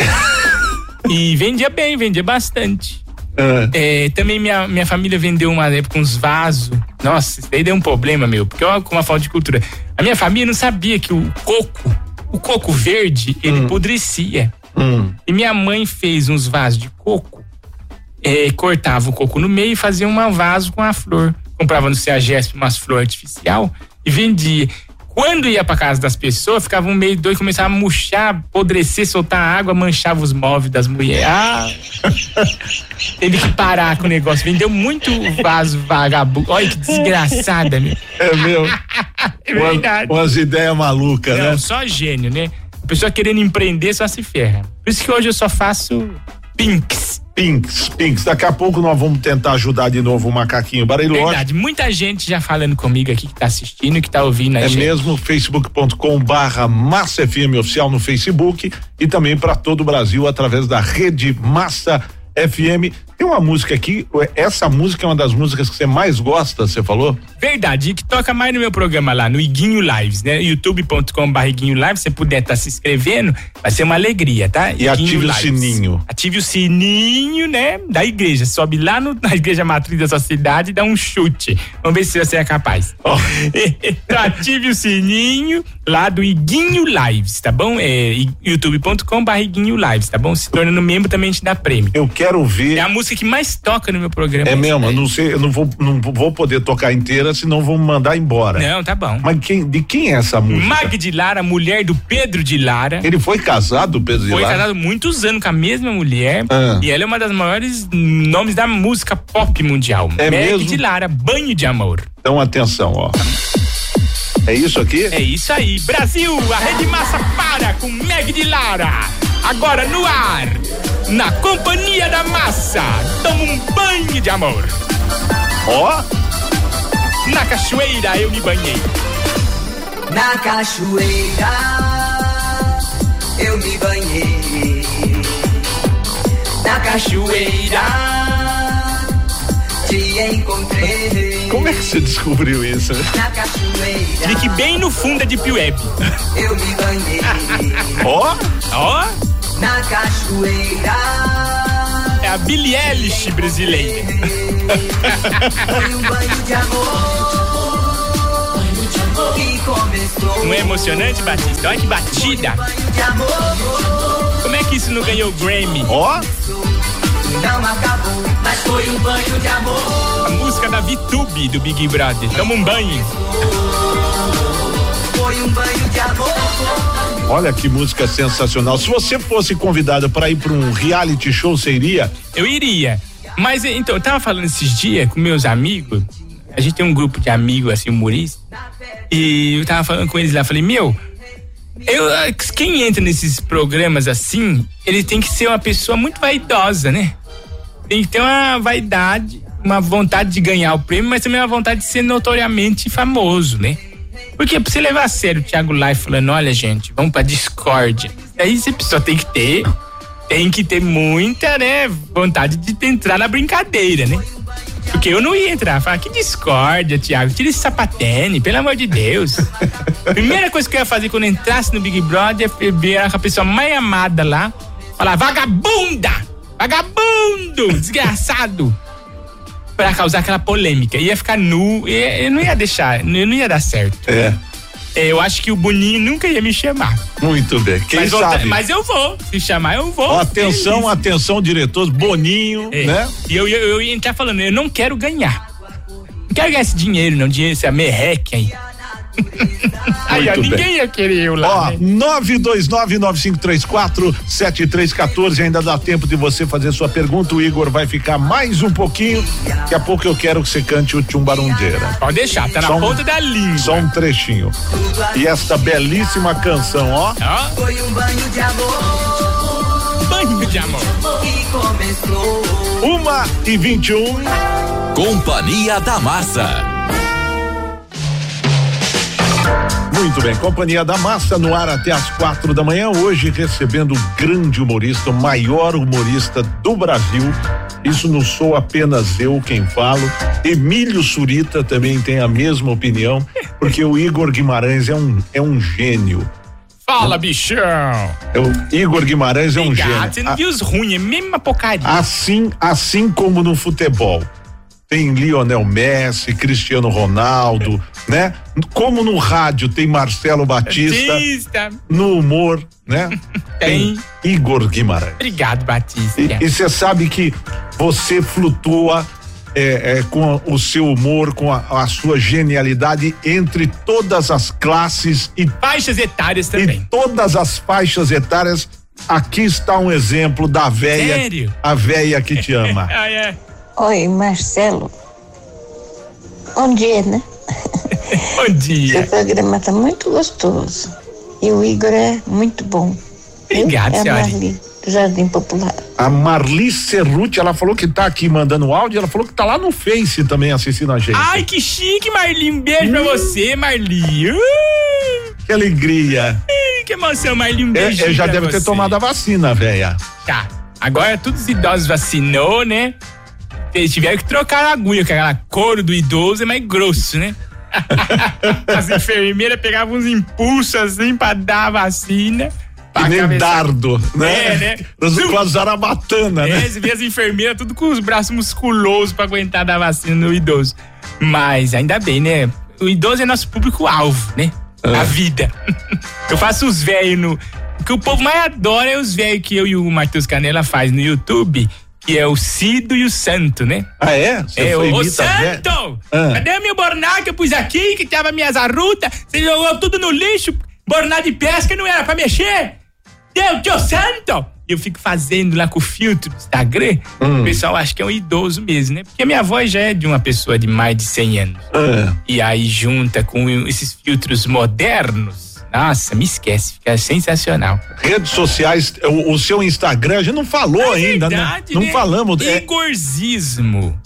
E vendia bem, vendia bastante. Ah. É, também minha, minha família vendeu uma época uns vasos. Nossa, isso daí deu um problema, meu, porque eu com uma falta de cultura. A minha família não sabia que o coco, o coco verde, ele hum. apodrecia. Hum. E minha mãe fez uns vasos de coco, é, cortava o coco no meio e fazia um vaso com a flor. Comprava no Ceagesp umas flores artificial e vendia. Quando ia pra casa das pessoas, ficava um meio doido, começava a murchar, apodrecer, soltar água, manchava os móveis das mulheres. Ah, teve que parar com o negócio. Vendeu muito vaso vagabundo. Olha que desgraçada, meu. É meu. É verdade. Umas, umas ideias malucas, né? Não, só gênio, né? A pessoa querendo empreender só se ferra. Por isso que hoje eu só faço Pinks. Pinks, Pinks. Daqui a pouco nós vamos tentar ajudar de novo o Macaquinho Bariloche. Verdade, muita gente já falando comigo aqui que tá assistindo, que tá ouvindo a é gente. É mesmo, facebook ponto com barra Massa F M oficial no Facebook e também para todo o Brasil através da rede Massa F M. Tem uma música aqui, essa música é uma das músicas que você mais gosta, você falou? Verdade, que toca mais no meu programa lá, no Iguinho Lives, né? youtube ponto com barra Iguinho Lives, se você puder estar tá se inscrevendo, vai ser uma alegria, tá? E Iguinho ative Lives. O sininho. Ative o sininho, né? Da igreja, sobe lá no, na igreja matriz da sua cidade e dá um chute. Vamos ver se você é capaz. Oh. Então ative o sininho lá do Iguinho Lives, tá bom? É youtube ponto com barra Iguinho Lives, tá bom? Se tornando membro também a gente dá prêmio. Eu quero ver. É a música que mais toca no meu programa. É mesmo, eu não sei, eu não vou, não vou poder tocar inteira, senão vão me mandar embora. Não, tá bom. Mas quem, de quem é essa música? Mag de Lara, mulher do Pedro de Lara. Ele foi casado, Pedro de Lara? Foi casado muitos anos com a mesma mulher. Ah. E ela é uma das maiores nomes da música pop mundial. É Mag mesmo? de Lara, Banho de Amor. Então atenção, ó. É isso aqui? É isso aí. Brasil, a Rede Massa para com Meg de Lara. Agora no ar, na Companhia da Massa. Toma um banho de amor. Ó. Oh. Na cachoeira eu me banhei. Na cachoeira eu me banhei. Na cachoeira te encontrei. Como é que você descobriu isso? Na cachoeira. Fique bem no fundo de Piueb. Eu me banhei. Ó. Ó. Na cachoeira. É a Billie Eilish brasileira. Foi um banho de amor. Banho de amor. Que começou. Não é emocionante, Batista? Olha que batida. Banho de amor. Como é que isso não ganhou Grammy? Ó. Não acabou, mas foi um banho de amor. A música da VTube do Big Brother. Toma um banho. Foi um banho de amor. Olha que música sensacional. Se você fosse convidado para ir para um reality show, você iria? Eu iria. Mas então, eu tava falando esses dias com meus amigos. A gente tem um grupo de amigos, assim, humoristas. E eu tava falando com eles lá. Falei, meu, eu, quem entra nesses programas assim, ele tem que ser uma pessoa muito vaidosa, né? Tem que ter uma vaidade, uma vontade de ganhar o prêmio, mas também uma vontade de ser notoriamente famoso, né? Porque pra você levar a sério o Thiago Life falando, olha gente, vamos pra discórdia. Aí você só tem que ter, tem que ter muita, né, vontade de entrar na brincadeira, né? Porque eu não ia entrar, falar, que discórdia, Thiago, tira esse sapatene, pelo amor de Deus. Primeira coisa que eu ia fazer quando eu entrasse no Big Brother é ver a pessoa mais amada lá, falar, vagabunda, vagabundo, desgraçado. Pra causar aquela polêmica. Ia ficar nu, ia, eu não ia deixar, não ia dar certo. É. Eu acho que o Boninho nunca ia me chamar. Muito bem, quem mas, sabe? Mas eu vou, se chamar eu vou. Ó, atenção, feliz. Atenção, diretores, Boninho, é. Né? E eu, eu, eu ia entrar falando, eu não quero ganhar. Não quero ganhar esse dinheiro, não, dinheiro, esse merreque aí. Aí, ó, ninguém ia querer eu lá. Ó, né? nove dois nove, nove cinco três quatro, sete três um quatro, ainda dá tempo de você fazer sua pergunta. O Igor vai ficar mais um pouquinho. Daqui a pouco eu quero que você cante o Tumbarundeira. Pode deixar, tá na só ponta um, da língua. Só um trechinho. E esta belíssima canção, ó. ó. Foi um banho de amor. Banho de amor. Que começou. Uma e vinte e um. Companhia da Massa. Muito bem, Companhia da Massa no ar até as quatro da manhã, hoje recebendo o grande humorista, o maior humorista do Brasil. Isso não sou apenas eu quem falo. Emílio Surita também tem a mesma opinião, porque o Igor Guimarães é um, é um gênio. Fala, bichão! É o Igor Guimarães é um Obrigado, gênio. Você não viu os ruins, é mesma porcaria. Assim, assim como no futebol. Tem Lionel Messi, Cristiano Ronaldo, né? Como no rádio tem Marcelo Batista, Batista. No humor, né? Tem. tem Igor Guimarães. Obrigado, Batista. E você sabe que você flutua é, é, com o seu humor, com a, a sua genialidade entre todas as classes e faixas etárias também. E todas as faixas etárias. Aqui está um exemplo da véia. Sério? A véia que te ama. ah, é. Oi, Marcelo. Bom dia, né? Bom dia. O programa tá muito gostoso. E o Igor é muito bom. Obrigado, é senhora. Marli, Jardim Popular. A Marli Cerruti, ela falou que tá aqui mandando áudio, ela falou que tá lá no Face também assistindo a gente. Ai, que chique, Marli. Um beijo hum. pra você, Marli. Uh. Que alegria. Uh, que emoção, Marli. Um beijo. É, é, já deve você. ter tomado a vacina, velha. Tá. Agora todos os idosos vacinou, né? Eles tiveram que trocar a agulha, que aquela couro do idoso é mais grosso, né? As enfermeiras pegavam uns impulsos assim pra dar a vacina. Que nem cabeça... dardo, né? É, né? Com a zarabatana, é, né? Você vê as enfermeiras tudo com os braços musculosos pra aguentar dar vacina no idoso. Mas ainda bem, né? O idoso é nosso público-alvo, né? É. A vida. Eu faço os velhos no... O que o povo mais adora é os velhos que eu e o Matheus Canela faz no YouTube, que é o Cido e o Santo, né? Ah, é? Você é, o Santo! Ah. Cadê o meu borná que eu pus aqui, que tava minhas arrutas? Você jogou tudo no lixo? Borná de pesca não era pra mexer? Deu, tio Santo! Eu fico fazendo lá com o filtro do Instagram, hum. o pessoal acha que é um idoso mesmo, né? Porque a minha voz já é de uma pessoa de mais de cem anos. Ah. E aí junta com esses filtros modernos, nossa, me esquece, fica sensacional. Redes sociais, o, o seu Instagram, a gente não falou é ainda, verdade, né? Não né? falamos. Igorzismo.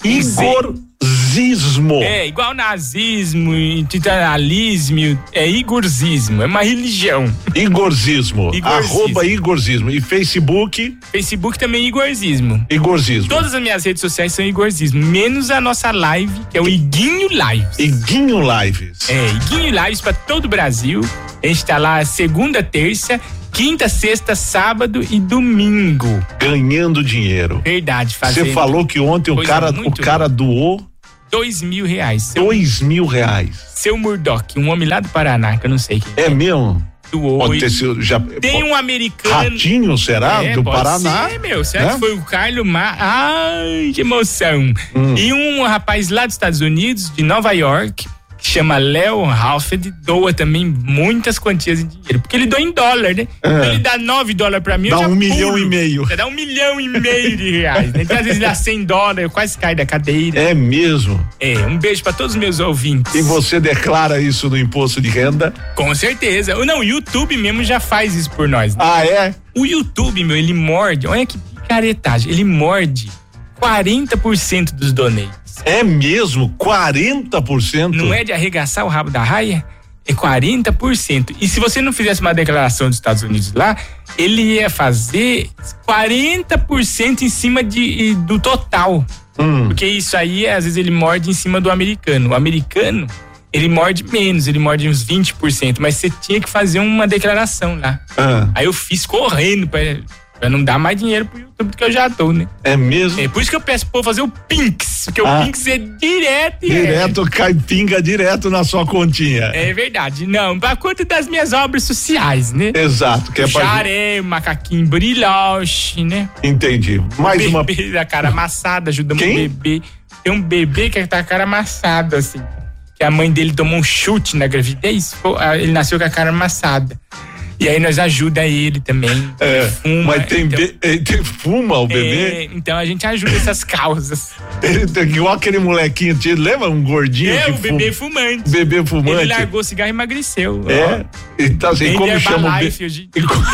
Igorzismo. É, igual nazismo, titanarismo, é igorzismo, é uma religião. Igorzismo, igorzismo. Arroba igorzismo. E Facebook? Facebook também é igorzismo. Igorzismo. Todas as minhas redes sociais são igorzismo, menos a nossa live, que é o Iguinho Lives. Iguinho Lives. É, Iguinho Lives pra todo o Brasil. A gente tá lá segunda, terça, quinta, sexta, sábado e domingo. Ganhando dinheiro. Verdade, fazendo. Você falou que ontem o cara, o cara doou dois mil reais. Seu, dois mil reais. Seu Murdoch, um homem lá do Paraná, que eu não sei quem é. É mesmo? Doou. Pode ter sido, já, tem pode, um americano. Ratinho, será? É, do pode Paraná. Ser, meu. Será né? que foi o Carlos Mar... Ai, que emoção. Hum. E um rapaz lá dos Estados Unidos, de Nova York, que chama Léo Halfed, doa também muitas quantias em dinheiro, porque ele doa em dólar, né? É. Então ele dá nove dólares pra mim, dá eu já um pulo. milhão e meio. Dá um milhão e meio de reais, né? Então às vezes dá cem dólares, eu quase caio da cadeira. É mesmo? É, um beijo pra todos os meus ouvintes. E você declara isso no imposto de renda? Com certeza. Não, o YouTube mesmo já faz isso por nós. Né? Ah, é? O YouTube, meu, ele morde, olha que picaretagem, ele morde quarenta por cento dos donates. É mesmo? quarenta por cento? Não é de arregaçar o rabo da raia? É quarenta por cento. E se você não fizesse uma declaração dos Estados Unidos lá, ele ia fazer quarenta por cento em cima de, do total. Hum. Porque isso aí, às vezes, ele morde em cima do americano. O americano, ele morde menos, ele morde uns vinte por cento, mas você tinha que fazer uma declaração lá. Ah. Aí eu fiz correndo pra... Pra não dar mais dinheiro pro YouTube do que eu já dou, né? É mesmo? É por isso que eu peço pro povo fazer o Pix, porque ah. o Pix é direto. Direto, é. Cai pinga direto na sua continha. É verdade. Não, pra conta das minhas obras sociais, né? Exato. Que é pra... Xaré, macaquinho brilhoche, né? Entendi. Mais bebê uma... Bebê da cara amassada, ajudamos Quem? o bebê. Tem um bebê que tá com a cara amassada, assim. Que a mãe dele tomou um chute na gravidez, ele nasceu com a cara amassada. E aí nós ajuda ele também. É, fuma, mas tem, então, be, tem fuma o bebê? É, então a gente ajuda essas causas. Ele tem igual aquele molequinho, te lembra um gordinho é, que o bebê fuma, fumante. Bebê fumante. Ele largou o cigarro e emagreceu. É? Então assim, como chama o bebê? Hoje... E, como...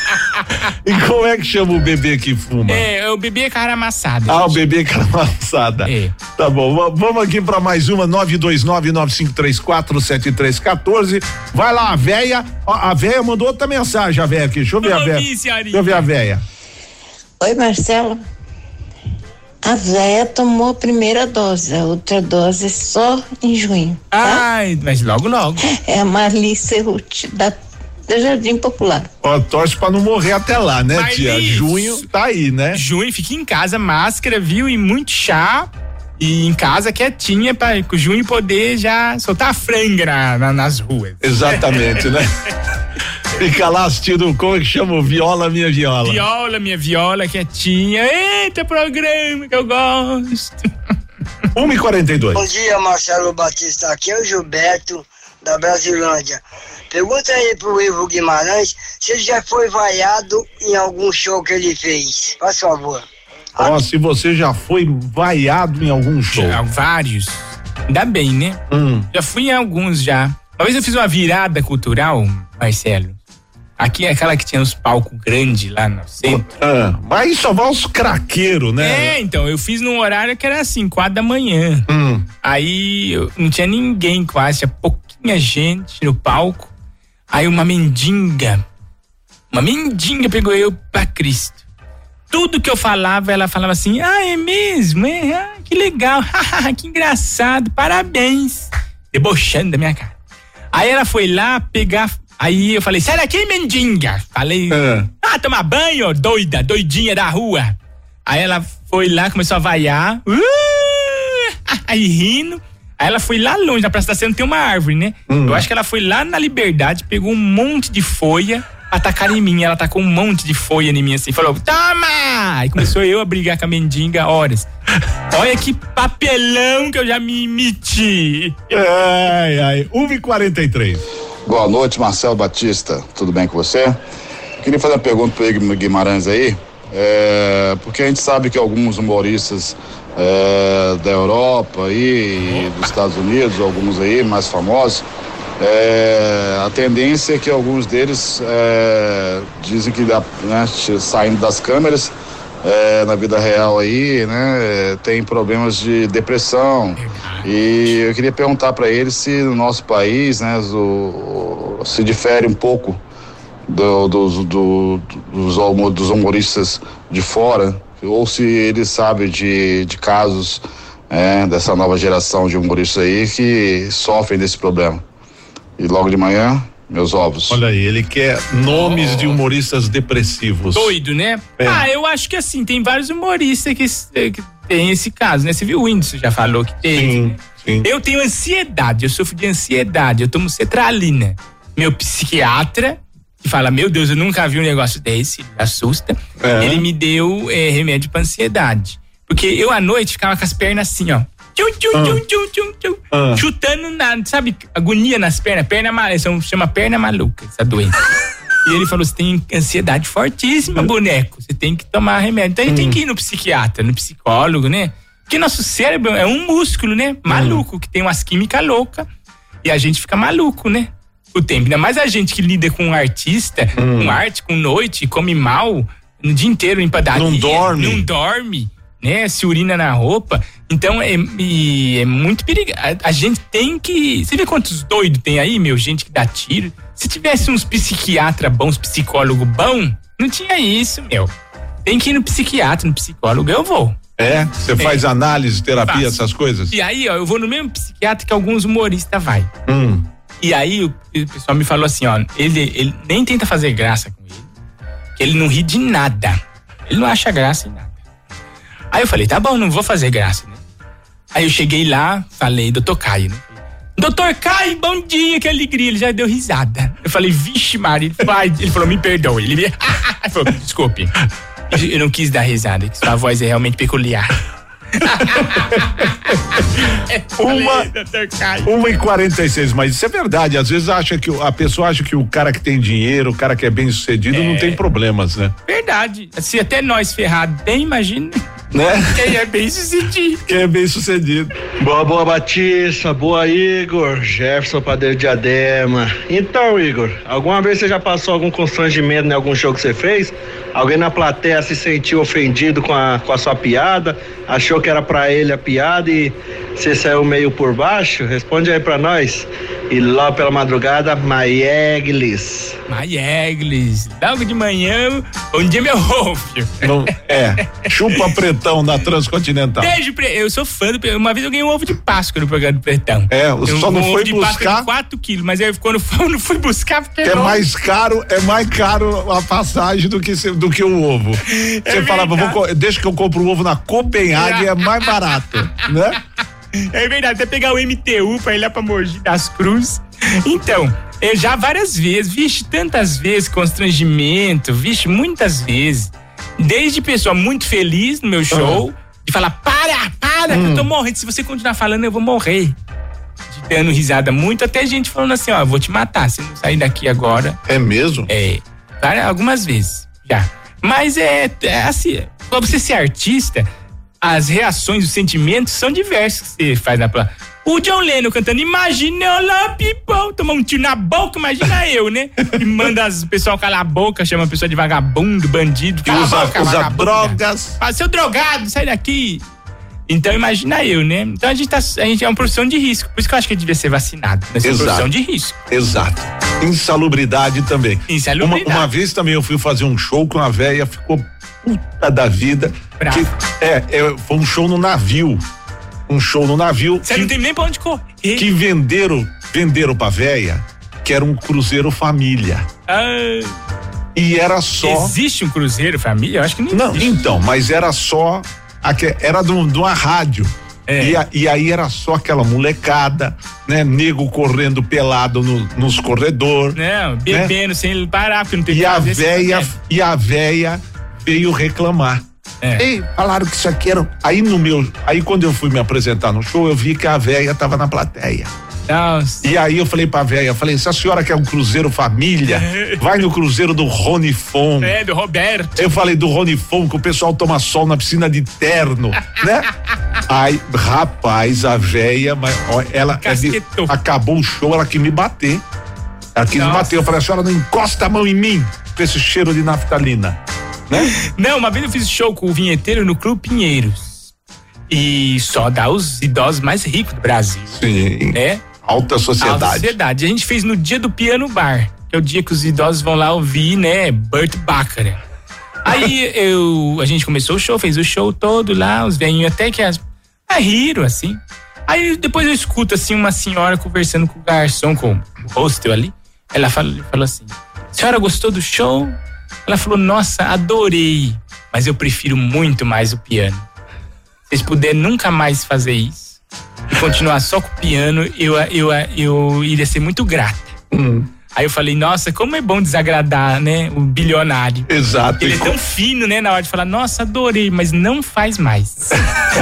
e como é que chama o bebê que fuma? É, é o bebê cara amassada. Ah, gente. O bebê cara amassada. É. Tá bom, vamos aqui pra mais uma, nove dois nove, nove cinco três quatro, sete três um quatro. Vai lá, a véia, a véia mandou outra mensagem, a véia aqui, deixa eu ver a véia. Deixa eu ver a véia. Oi, Marcelo. A véia tomou a primeira dose, a outra dose só em junho. Tá? Ai, mas logo, logo. É a Marli Cerruti, da, da Jardim Popular. Ó, torce pra não morrer até lá, né, Marli, tia? Junho tá aí, né? Junho, fica em casa, máscara, viu? E muito chá. E em casa quietinha pra o junho poder já soltar a franga na, na, nas ruas. Exatamente, né? Fica lá assistindo, como é que chama? Viola, minha viola. Viola, minha viola, quietinha. Eita, programa que eu gosto. uma e quarenta e dois. Bom dia, Marcelo Batista. Aqui é o Gilberto, da Brasilândia. Pergunta aí pro Ivo Guimarães se ele já foi vaiado em algum show que ele fez. Faz favor. Ó, oh, se você já foi vaiado em algum show. Já, vários. Ainda bem, né? Hum. Já fui em alguns já. Uma vez eu fiz uma virada cultural, Marcelo. Aqui é aquela que tinha os palcos grandes lá no centro. Ah, mas só vai os craqueiros, né? É, então, eu fiz num horário que era assim, quatro da manhã. Hum. Aí eu, não tinha ninguém quase, tinha pouquinha gente no palco. Aí uma mendiga, uma mendiga pegou eu pra Cristo. Tudo que eu falava, ela falava assim, ah, é mesmo? É, ah, que legal, que engraçado, parabéns. Debochando da minha cara. Aí ela foi lá pegar, aí eu falei, sai daqui, mendiga. Falei, é. ah, tomar banho, doida, doidinha da rua. Aí ela foi lá, começou a vaiar, uh, aí rindo. Aí ela foi lá longe, na Praça da Sé não tem uma árvore, né? Hum. Eu acho que ela foi lá na Liberdade, pegou um monte de folha, atacar em mim. Ela tacou um monte de folha em mim assim, falou, toma! Aí começou eu a brigar com a mendiga horas. Olha que papelão que eu já me meti. Ai, ai, uma e quarenta e três. Boa noite, Marcelo Batista, tudo bem com você? Queria fazer uma pergunta para o Guimarães aí, é, porque a gente sabe que alguns humoristas é, da Europa aí, e dos Estados Unidos, alguns aí mais famosos, É, a tendência é que alguns deles é, dizem que né, saindo das câmeras é, na vida real aí, né, tem problemas de depressão. E eu queria perguntar para eles se no nosso país, né, do, se difere um pouco do, do, do, dos, dos humoristas de fora, ou se eles sabem de, de casos é, dessa nova geração de humoristas aí que sofrem desse problema. E logo de manhã, meus ovos. Olha aí, ele quer nomes oh. de humoristas depressivos. Doido, né? É. Ah, eu acho que assim, tem vários humoristas que, que tem esse caso, né? Você viu o Whindersson já falou que tem. Sim, sim. Eu tenho ansiedade, eu sofro de ansiedade, eu tomo cetralina. Meu psiquiatra, que fala, meu Deus, eu nunca vi um negócio desse, ele assusta. É. Ele me deu é, remédio pra ansiedade. Porque eu à noite ficava com as pernas assim, ó. Tchum, tchum, ah. tchum, tchum, tchum, tchum, ah. chutando nada, sabe, agonia nas pernas, perna maluca, chama perna maluca, essa doença. E ele falou, você tem ansiedade fortíssima, boneco, você tem que tomar remédio. Então a gente hum. tem que ir no psiquiatra, no psicólogo, né? Porque nosso cérebro é um músculo, né? Maluco, hum. que tem umas químicas loucas e a gente fica maluco, né? O tempo, ainda mais a gente que lida com um artista, hum. com arte, com noite, come mal, no dia inteiro em padaria. Não dorme. Não dorme. Né, se urina na roupa, então é, é muito perigoso. A, a gente tem que, você vê quantos doidos tem aí, meu, gente que dá tiro. Se tivesse uns psiquiatra bons, psicólogo bom, não tinha isso, meu. Tem que ir no psiquiatra, no psicólogo, eu vou. É? Você é. faz análise, terapia, Faço. essas coisas? E aí, ó, eu vou no mesmo psiquiatra que alguns humoristas vai. Hum. E aí, o, o pessoal me falou assim, ó, ele, ele nem tenta fazer graça com ele, que ele não ri de nada. Ele não acha graça em nada. Aí eu falei, tá bom, não vou fazer graça, né? Aí eu cheguei lá, falei, doutor Caio, né? Doutor Caio, bom dia, que alegria. Ele já deu risada. Eu falei, vixe, Maria, ele, ele falou, me perdoe. Ele me... falou, desculpe. Eu não quis dar risada, que sua voz é realmente peculiar. uma, uma e quarenta e seis, mas isso é verdade. Às vezes acha que a pessoa acha que o cara que tem dinheiro, o cara que é bem sucedido, é... não tem problemas, né? Verdade. Se até nós ferrados tem, imagina. Né? Quem é bem sucedido. Quem é bem sucedido. Boa, boa, Batista. Boa, Igor. Jefferson Padeiro Diadema. Então, Igor, alguma vez você já passou algum constrangimento em algum show que você fez? Alguém na plateia se sentiu ofendido com a, com a sua piada? Achou que era pra ele a piada e você saiu meio por baixo? Responde aí pra nós. E logo pela madrugada, Maieglis. Maieglis. Logo de manhã, bom dia, meu ovo. Não, é, chupa Pretão na Transcontinental. Beijo, eu sou fã do Uma vez eu ganhei um ovo de Páscoa no programa do Pretão. É, eu, só não um foi de buscar. quatro quilos, mas aí quando eu não fui buscar, porque é mais caro, é mais caro a passagem do que, do que o ovo. Você é falava, vou, deixa que eu compro o ovo na Copenhague, é mais barato, né? É verdade, até pegar o M T U pra ir lá pra Mogi das Cruzes. Então, eu já várias vezes, vixe, tantas vezes, constrangimento, vixe, muitas vezes. Desde pessoa muito feliz no meu show, uhum. de falar, para, para, hum. que eu tô morrendo. Se você continuar falando, eu vou morrer. De dando risada muito, até gente falando assim, ó, eu vou te matar, se não sair daqui agora. É mesmo? É, algumas vezes, já. Mas é, é assim, pra você ser artista, as reações, os sentimentos são diversos que você faz na plateia. O John Lennon cantando Imagine All People, toma um tiro na boca, imagina eu, né? E manda as, o pessoal calar a boca, chama a pessoa de vagabundo, bandido, que usa, boca, usa drogas. Fala, seu drogado, sai daqui. Então imagina eu, né? Então a gente, tá, a gente é uma profissão de risco, por isso que eu acho que devia ser vacinado. Nessa é uma profissão de risco. Exato. Insalubridade também. Insalubridade. Uma, uma vez também eu fui fazer um show com uma véia, ficou puta da vida. Que, é, é, foi um show no navio. Um show no navio. Você não tem nem pra onde correr. Que venderam, venderam pra véia, que era um cruzeiro família. Ah, e era só. Existe um cruzeiro família? Eu acho que não, não existe. Então, mas era só. Era de uma rádio. É. E, a, e aí era só aquela molecada, né? Nego correndo pelado no, nos corredores. Não, bebendo, né? Sem parar, porque não tem e a véia E a véia veio reclamar. É. Ei, falaram que isso aqui era. Aí no meu. Aí quando eu fui me apresentar no show, eu vi que a véia tava na plateia. Nossa. E aí eu falei pra véia, falei, se a senhora quer um cruzeiro família, vai no cruzeiro do Rony Fon. É, do Roberto. Eu falei do Rony Fon, que o pessoal toma sol na piscina de terno, né? Aí, rapaz, a véia, ó, ela é de, acabou o show, ela quis me bater. Ela quis Nossa. me bater. Eu falei, a senhora não encosta a mão em mim com esse cheiro de naftalina. Né? Não, uma vez eu fiz show com o vinheteiro no Clube Pinheiros. E só dá os idosos mais ricos do Brasil. Sim. Né? Alta sociedade. Alta sociedade. A gente fez no dia do Piano Bar, que é o dia que os idosos vão lá ouvir, né? Burt Bacharach. Aí eu, a gente começou o show, fez o show todo lá, os velhinhos até que as, ah, riram, assim. Aí depois eu escuto, assim, uma senhora conversando com o garçom, com o hostel ali. Ela falou, falou assim, senhora gostou do show? Ela falou, nossa, adorei, mas eu prefiro muito mais o piano. Se vocês puderem nunca mais fazer isso e continuar só com o piano, eu, eu, eu, eu iria ser muito grata. Hum. Aí eu falei, nossa, como é bom desagradar, né, o bilionário. Exato. Ele é tão fino, né, na hora de falar, nossa, adorei, mas não faz mais.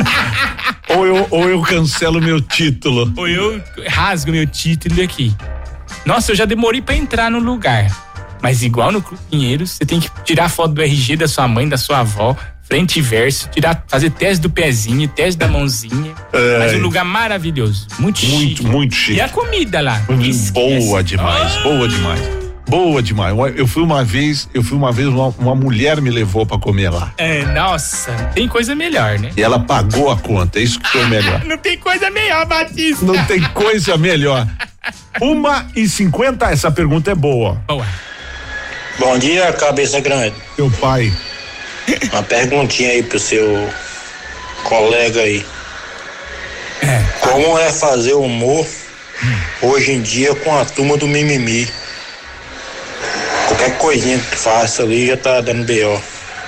ou, eu, ou eu cancelo meu título. Ou eu rasgo meu título aqui. Nossa, eu já demorei pra entrar no lugar. Mas igual no Clube Pinheiros, você tem que tirar foto do R G da sua mãe, da sua avó, frente e verso, tirar, fazer teste do pezinho, teste da mãozinha. É. Mas um lugar maravilhoso, muito, muito chique. Muito, muito chique. E a comida lá. Boa demais, oh. boa demais. Boa demais. Eu fui uma vez, eu fui uma vez, uma, uma mulher me levou pra comer lá. É, nossa, tem coisa melhor, né? E ela pagou a conta, isso que foi o melhor. Não tem coisa melhor, Batista. Não tem coisa melhor. Uma e cinquenta, essa pergunta é boa. Boa. Bom dia, cabeça grande. Seu pai. Uma perguntinha aí pro seu colega aí. É. Como é fazer humor hum. hoje em dia com a turma do mimimi? Qualquer coisinha que faça ali já tá dando B O.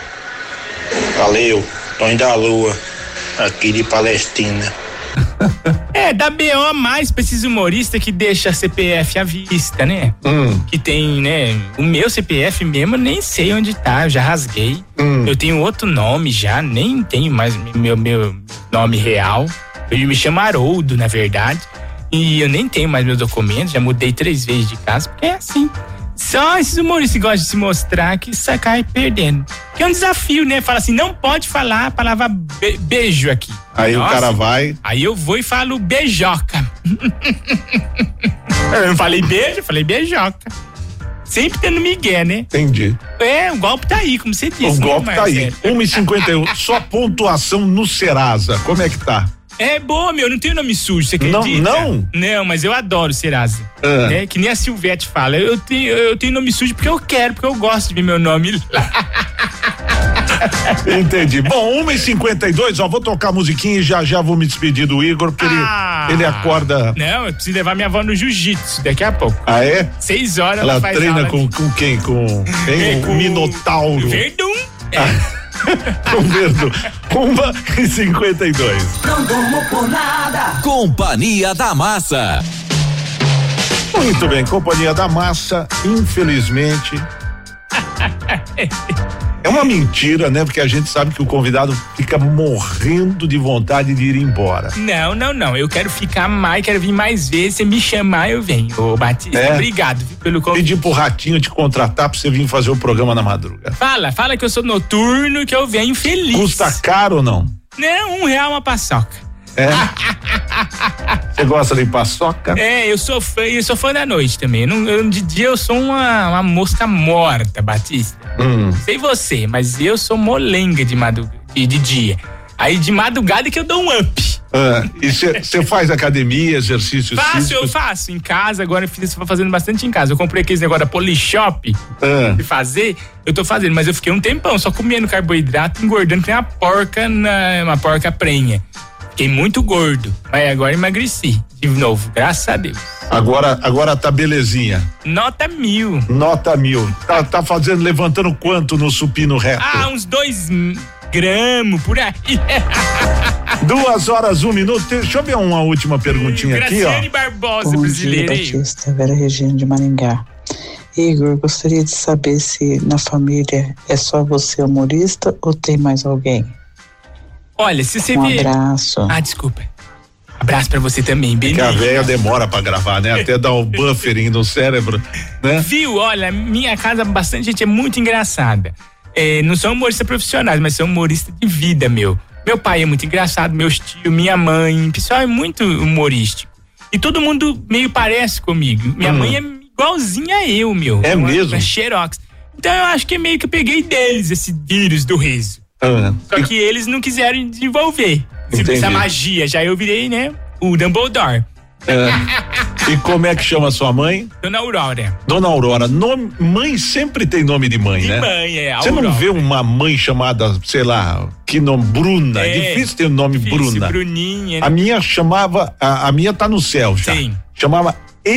Valeu, Tony da Lua, aqui de Palestina. É, dá B O mais pra esses humoristas que deixa C P F à vista, né? Hum. Que tem, né? O meu C P F mesmo, eu nem sei onde tá, eu já rasguei. Hum. Eu tenho outro nome já, nem tenho mais meu, meu nome real. Eu me chamo Haroldo, na verdade. E eu nem tenho mais meus documentos, já mudei três vezes de casa, porque é assim. Só esses humoristas que gostam de se mostrar que sai perdendo. Que é um desafio, né? Fala assim, não pode falar a palavra be- beijo aqui. Aí Nossa, o cara vai. Aí eu vou e falo beijoca. Eu não falei beijo, eu falei beijoca. Sempre tendo migué, né? Entendi. É, o golpe tá aí, como você disse. O né, golpe tá aí. uma e cinquenta e um. Só pontuação no Serasa. Como é que tá? É boa, meu, não tem nome sujo, você acredita? Não, não? Não, mas eu adoro Serasa. Ah. Né? Que nem a Silvete fala, eu tenho, eu tenho nome sujo porque eu quero, porque eu gosto de ver meu nome lá. Entendi. Bom, uma e cinquenta e dois, ó, vou tocar a musiquinha e já já vou me despedir do Igor, porque ah. ele, ele acorda. Não, eu preciso levar minha avó no jiu-jitsu daqui a pouco. Ah, é? Seis horas ela, ela faz treina aula com, de... com quem? Com, quem? É, o com Minotauro. Verdun. É. Ah. Com Verdun. uma e cinquenta e dois. Não durmo por nada. Companhia da Massa. Muito bem, Companhia da Massa, infelizmente. É uma mentira, né? Porque a gente sabe que o convidado fica morrendo de vontade de ir embora. Não, não, não. Eu quero ficar mais, quero vir mais vezes. Se me chamar, eu venho. Ô, Batista, é. Obrigado pelo convite. Pedir pro Ratinho te contratar pra você vir fazer o programa na madruga. Fala, fala que eu sou noturno, que eu venho feliz. Custa caro ou não? Não, um real uma paçoca. É. Você gosta de paçoca? É, eu sou fã, eu sou fã da noite também. Não, eu, de dia eu sou uma, uma mosca morta, Batista. Hum. Sei você, mas eu sou molenga de, madrug... de, de dia. Aí de madrugada que eu dou um up. Ah, e você faz academia, exercícios Faço, físicos? eu faço em casa, agora eu fiz, fazendo bastante em casa. Eu comprei aqueles negócio da Polishop ah. de fazer, eu tô fazendo, mas eu fiquei um tempão só comendo carboidrato, engordando que nem uma porca, na, uma porca prenha. Fiquei muito gordo, mas agora emagreci de novo, graças a Deus. Agora, agora tá belezinha. Nota mil. Nota mil. Tá, tá fazendo, levantando quanto no supino reto? Ah, uns dois gramos por aí. Duas horas, um minuto. Deixa eu ver uma última perguntinha aqui, ó. Graciane Barbosa, Bom brasileira. dia, Batista, Vera Regina de Maringá. Igor, gostaria de saber se na família é só você humorista ou tem mais alguém? Olha, se você um vê... abraço. Ah, desculpa. Abraço pra você também, bem. Que a velha demora pra gravar, né? Até dar o buffering no cérebro, né? Viu? Olha, minha casa, bastante gente é muito engraçada. É, não são humoristas profissionais, mas são humoristas de vida, meu. Meu pai é muito engraçado, meus tios, minha mãe, o pessoal é muito humorístico. E todo mundo meio parece comigo. Minha hum. mãe é igualzinha a eu, meu. É uma, mesmo? Uma xerox. Então eu acho que meio que eu peguei deles esse vírus do riso. Ah, Só que eles não quiseram desenvolver Entendi. essa magia. Já eu virei, né, o Dumbledore. É. E como é que chama sua mãe? Dona Aurora. Dona Aurora. Nome, mãe sempre tem nome de mãe, de né? De mãe, é. Você não vê uma mãe chamada, sei lá, que nome, Bruna? É, é difícil ter o nome difícil, Bruna. Bruninha. A minha chamava, a, a minha tá no céu já. Sim. Chamava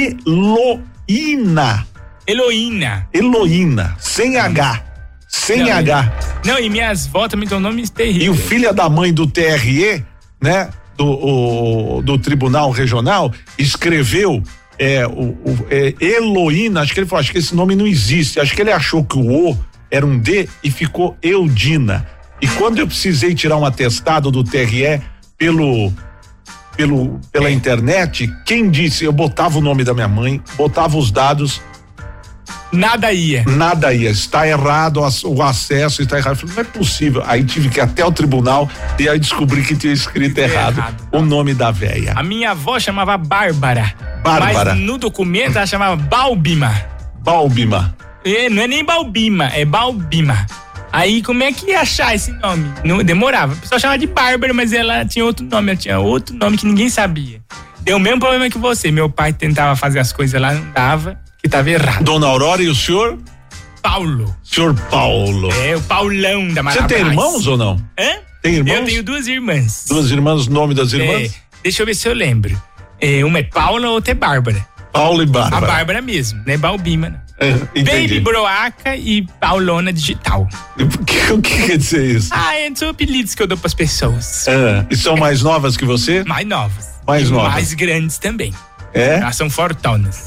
Eloína. Eloína. Eloína, sem H. Sem não, H. Não, e minhas vó também tem nomes terríveis. E o filho da mãe do T R E, né? Do, o, do Tribunal Regional, escreveu é, o, o, é, Eloína, acho que ele falou, acho que esse nome não existe, acho que ele achou que o O era um D e ficou Eudina. E quando eu precisei tirar um atestado do T R E pelo, pelo, pela é. internet, quem disse, eu botava o nome da minha mãe, botava os dados, nada ia. Nada ia. Está errado o acesso, está errado. Eu falei, não é possível. Aí tive que ir até o tribunal e aí descobri que tinha escrito é errado, errado o nome da véia. A minha avó chamava Bárbara. Bárbara. Mas no documento ela chamava Balbima. Balbima. É, não é nem Balbima, é Balbima. Aí como é que ia achar esse nome? Não demorava. O pessoal chamava de Bárbara, mas ela tinha outro nome, ela tinha outro nome que ninguém sabia. Deu o mesmo problema que você. Meu pai tentava fazer as coisas lá, não dava. Que tava errado. Dona Aurora e o senhor? Paulo. Senhor Paulo. É, o Paulão da Marabás. Você tem irmãos ou não? Hã? Tem irmãos? Eu tenho duas irmãs. Duas irmãs, o nome das irmãs? É, deixa eu ver se eu lembro. É, uma é Paula, outra é Bárbara. Paula e Bárbara. A Bárbara mesmo, né? Balbima, né? É, Baby Broaca e Paulona Digital. O que, o que quer dizer isso? Ah, são apelidos que eu dou pras pessoas. É, e são mais novas que você? Mais novas. Mais e novas. Mais grandes também. É? Elas são fortonas.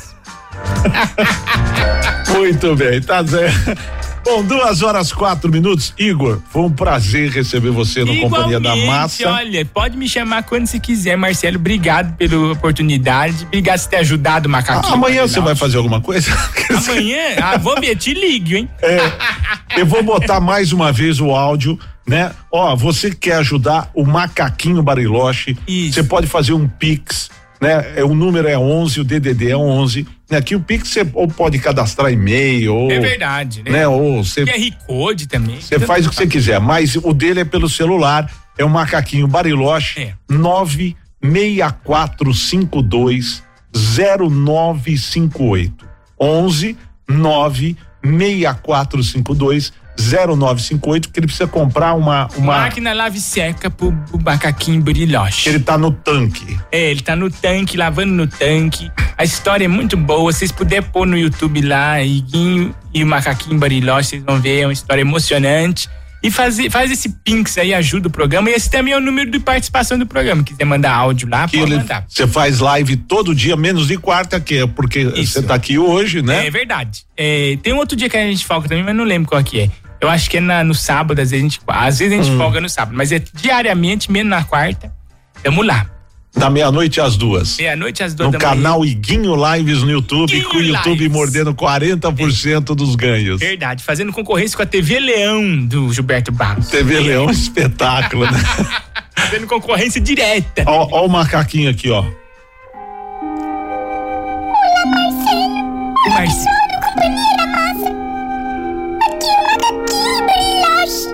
Muito bem, tá certo. Bom, duas horas, quatro minutos. Igor, foi um prazer receber você no Companhia da Massa. Olha, pode me chamar quando você quiser, Marcelo. Obrigado pela oportunidade. Obrigado por ter ajudado o Macaquinho. Ah, amanhã você vai fazer alguma coisa? Amanhã? Ah, vou ver, te ligo, hein? É, eu vou botar mais uma vez o áudio, né? Ó, você quer ajudar o Macaquinho Bariloche? Você pode fazer um Pix, né? O número é onze, o D D D é onze. Aqui o Pix você ou pode cadastrar e-mail ou é verdade, né? né? Ou você Q R Code também. Você faz o que você quiser, mas o dele é pelo celular, é o Macaquinho Bariloche é. nove seis quatro cinco dois zero nove cinco oito onze nove seis quatro cinco dois zero nove cinco oito, que ele precisa comprar uma, uma... máquina lave seca pro, pro Macaquinho Bariloche. Ele tá no tanque. É, ele tá no tanque, lavando no tanque. A história é muito boa. Se vocês puderem pôr no YouTube lá, Iguinho e o Macaquinho Bariloche, vocês vão ver, é uma história emocionante. E faz, faz esse Pix aí, ajuda o programa. E esse também é o número de participação do programa. Quiser mandar áudio lá, que pode ele, mandar. Você faz live todo dia, menos de quarta, que é porque você tá aqui hoje, né? É verdade. É, tem um outro dia que a gente folga também, mas não lembro qual que é. Eu acho que é na, no sábado, às vezes a gente, às vezes a gente hum. folga no sábado, mas é diariamente, menos na quarta. Tamo lá. Da meia-noite às duas. Meia-noite às duas no da manhã. No canal Iguinho Lives no YouTube, Iguinho com o YouTube Lives. mordendo quarenta por cento é. dos ganhos. Verdade, fazendo concorrência com a T V Leão do Gilberto Barros. T V Leão, espetáculo, né? Fazendo concorrência direta. Ó, ó o macaquinho aqui, ó. Olá, Marcelo. Olá, pessoal do Companhia da Massa. Aqui é o macaquinho brilhoche.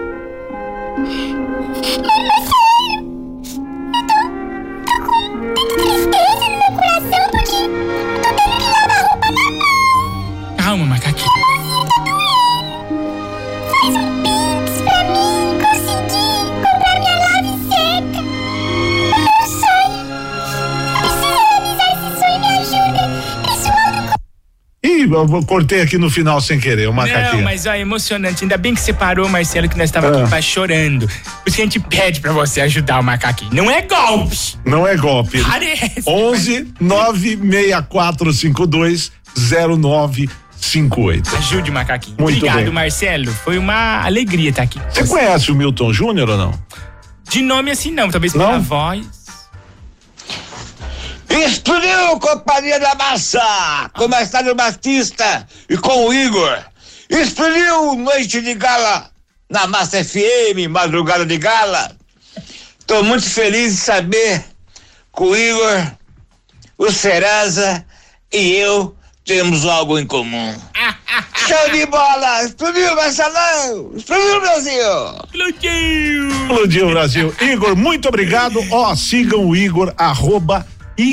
Marcelo, eu tô, tô com tristeza no meu coração porque eu tô tendo que lavar roupa na mão. Calma, macaquinho. A mãozinha tá doendo. Faz um pix pra mim conseguir comprar minha lave seca. O meu sonho. Precisa realizar esse sonho, me ajuda. Pessoal do Ih, eu cortei aqui no final sem querer, o macaquinho. Não, mas ó, é emocionante. Ainda bem que você parou, Marcelo, que nós estávamos Ah. aqui quase chorando. Por isso que a gente pede pra você ajudar o macaquinho. Não é golpe. Não é golpe. Parece. onze nove seis quatro cinco dois zero nove cinco oito. Ajude o macaquinho. Muito Obrigado, bem. Marcelo. Foi uma alegria estar aqui. Você conhece o Milton Júnior ou não? De nome assim não, talvez pela voz. Explodiu, Companhia da Massa, com Marcelo Batista e com o Igor. Explodiu Noite de Gala na Massa F M, Madrugada de Gala. Tô muito feliz de saber que o Igor, o Serasa e eu temos algo em comum. Show de bola! Explodiu, Marcelão! Explodiu, Brasil! Explodiu! Explodiu, Brasil. Igor, muito obrigado. Ó, sigam o Igor, arroba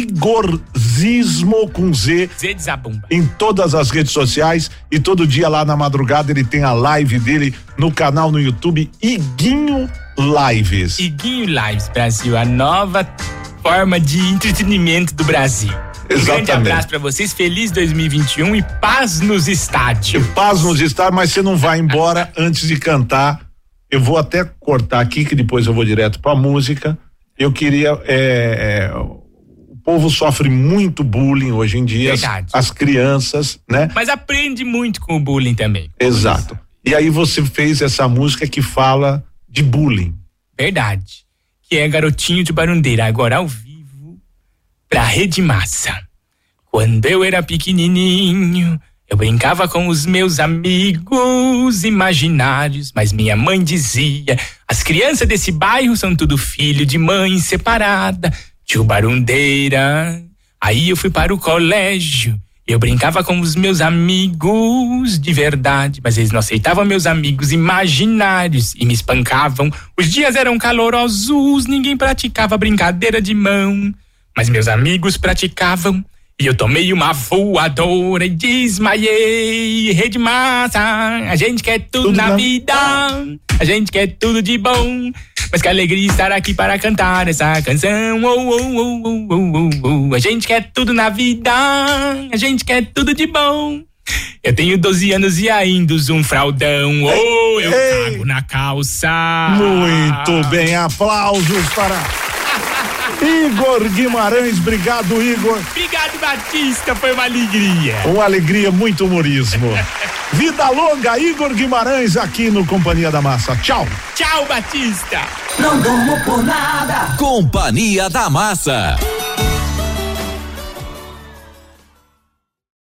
Igorzismo com Z. Z de Zabumba. Em todas as redes sociais e todo dia lá na madrugada ele tem a live dele no canal no YouTube Iguinho Lives. Iguinho Lives Brasil, a nova forma de entretenimento do Brasil. Um grande Exatamente. abraço pra vocês, feliz dois mil e vinte e um e paz nos estádios. Paz nos estádios, mas você não vai embora antes de cantar. Eu vou até cortar aqui que depois eu vou direto pra música. Eu queria é, é, o povo sofre muito bullying hoje em dia, as, Verdade. as crianças, né? Mas aprende muito com o bullying também. Exato. E aí você fez essa música que fala de bullying. Verdade. Que é Garotinho de Barundeira, agora ao vivo pra Rede Massa. Quando eu era pequenininho, eu brincava com os meus amigos imaginários, mas minha mãe dizia: as crianças desse bairro são tudo filho de mãe separada, tio Barundeira. Aí eu fui para o colégio, eu brincava com os meus amigos de verdade, mas eles não aceitavam meus amigos imaginários e me espancavam. Os dias eram calorosos, ninguém praticava brincadeira de mão, mas meus amigos praticavam. E eu tomei uma voadora e desmaiei. Rede Massa, a gente quer tudo, tudo na, na vida, a gente quer tudo de bom, mas que alegria estar aqui para cantar essa canção. Oh, oh, oh, oh, oh, oh, oh. A gente quer tudo na vida, a gente quer tudo de bom. Eu tenho doze anos e ainda uso um fraldão. Oh, eu ei, cago na calça. Muito bem, aplausos para Igor Guimarães. Obrigado, Igor. Obrigado, Batista, foi uma alegria. Uma alegria, muito humorismo. Vida longa, Igor Guimarães, aqui no Companhia da Massa. Tchau. Tchau, Batista. Não durmo por nada. Companhia da Massa.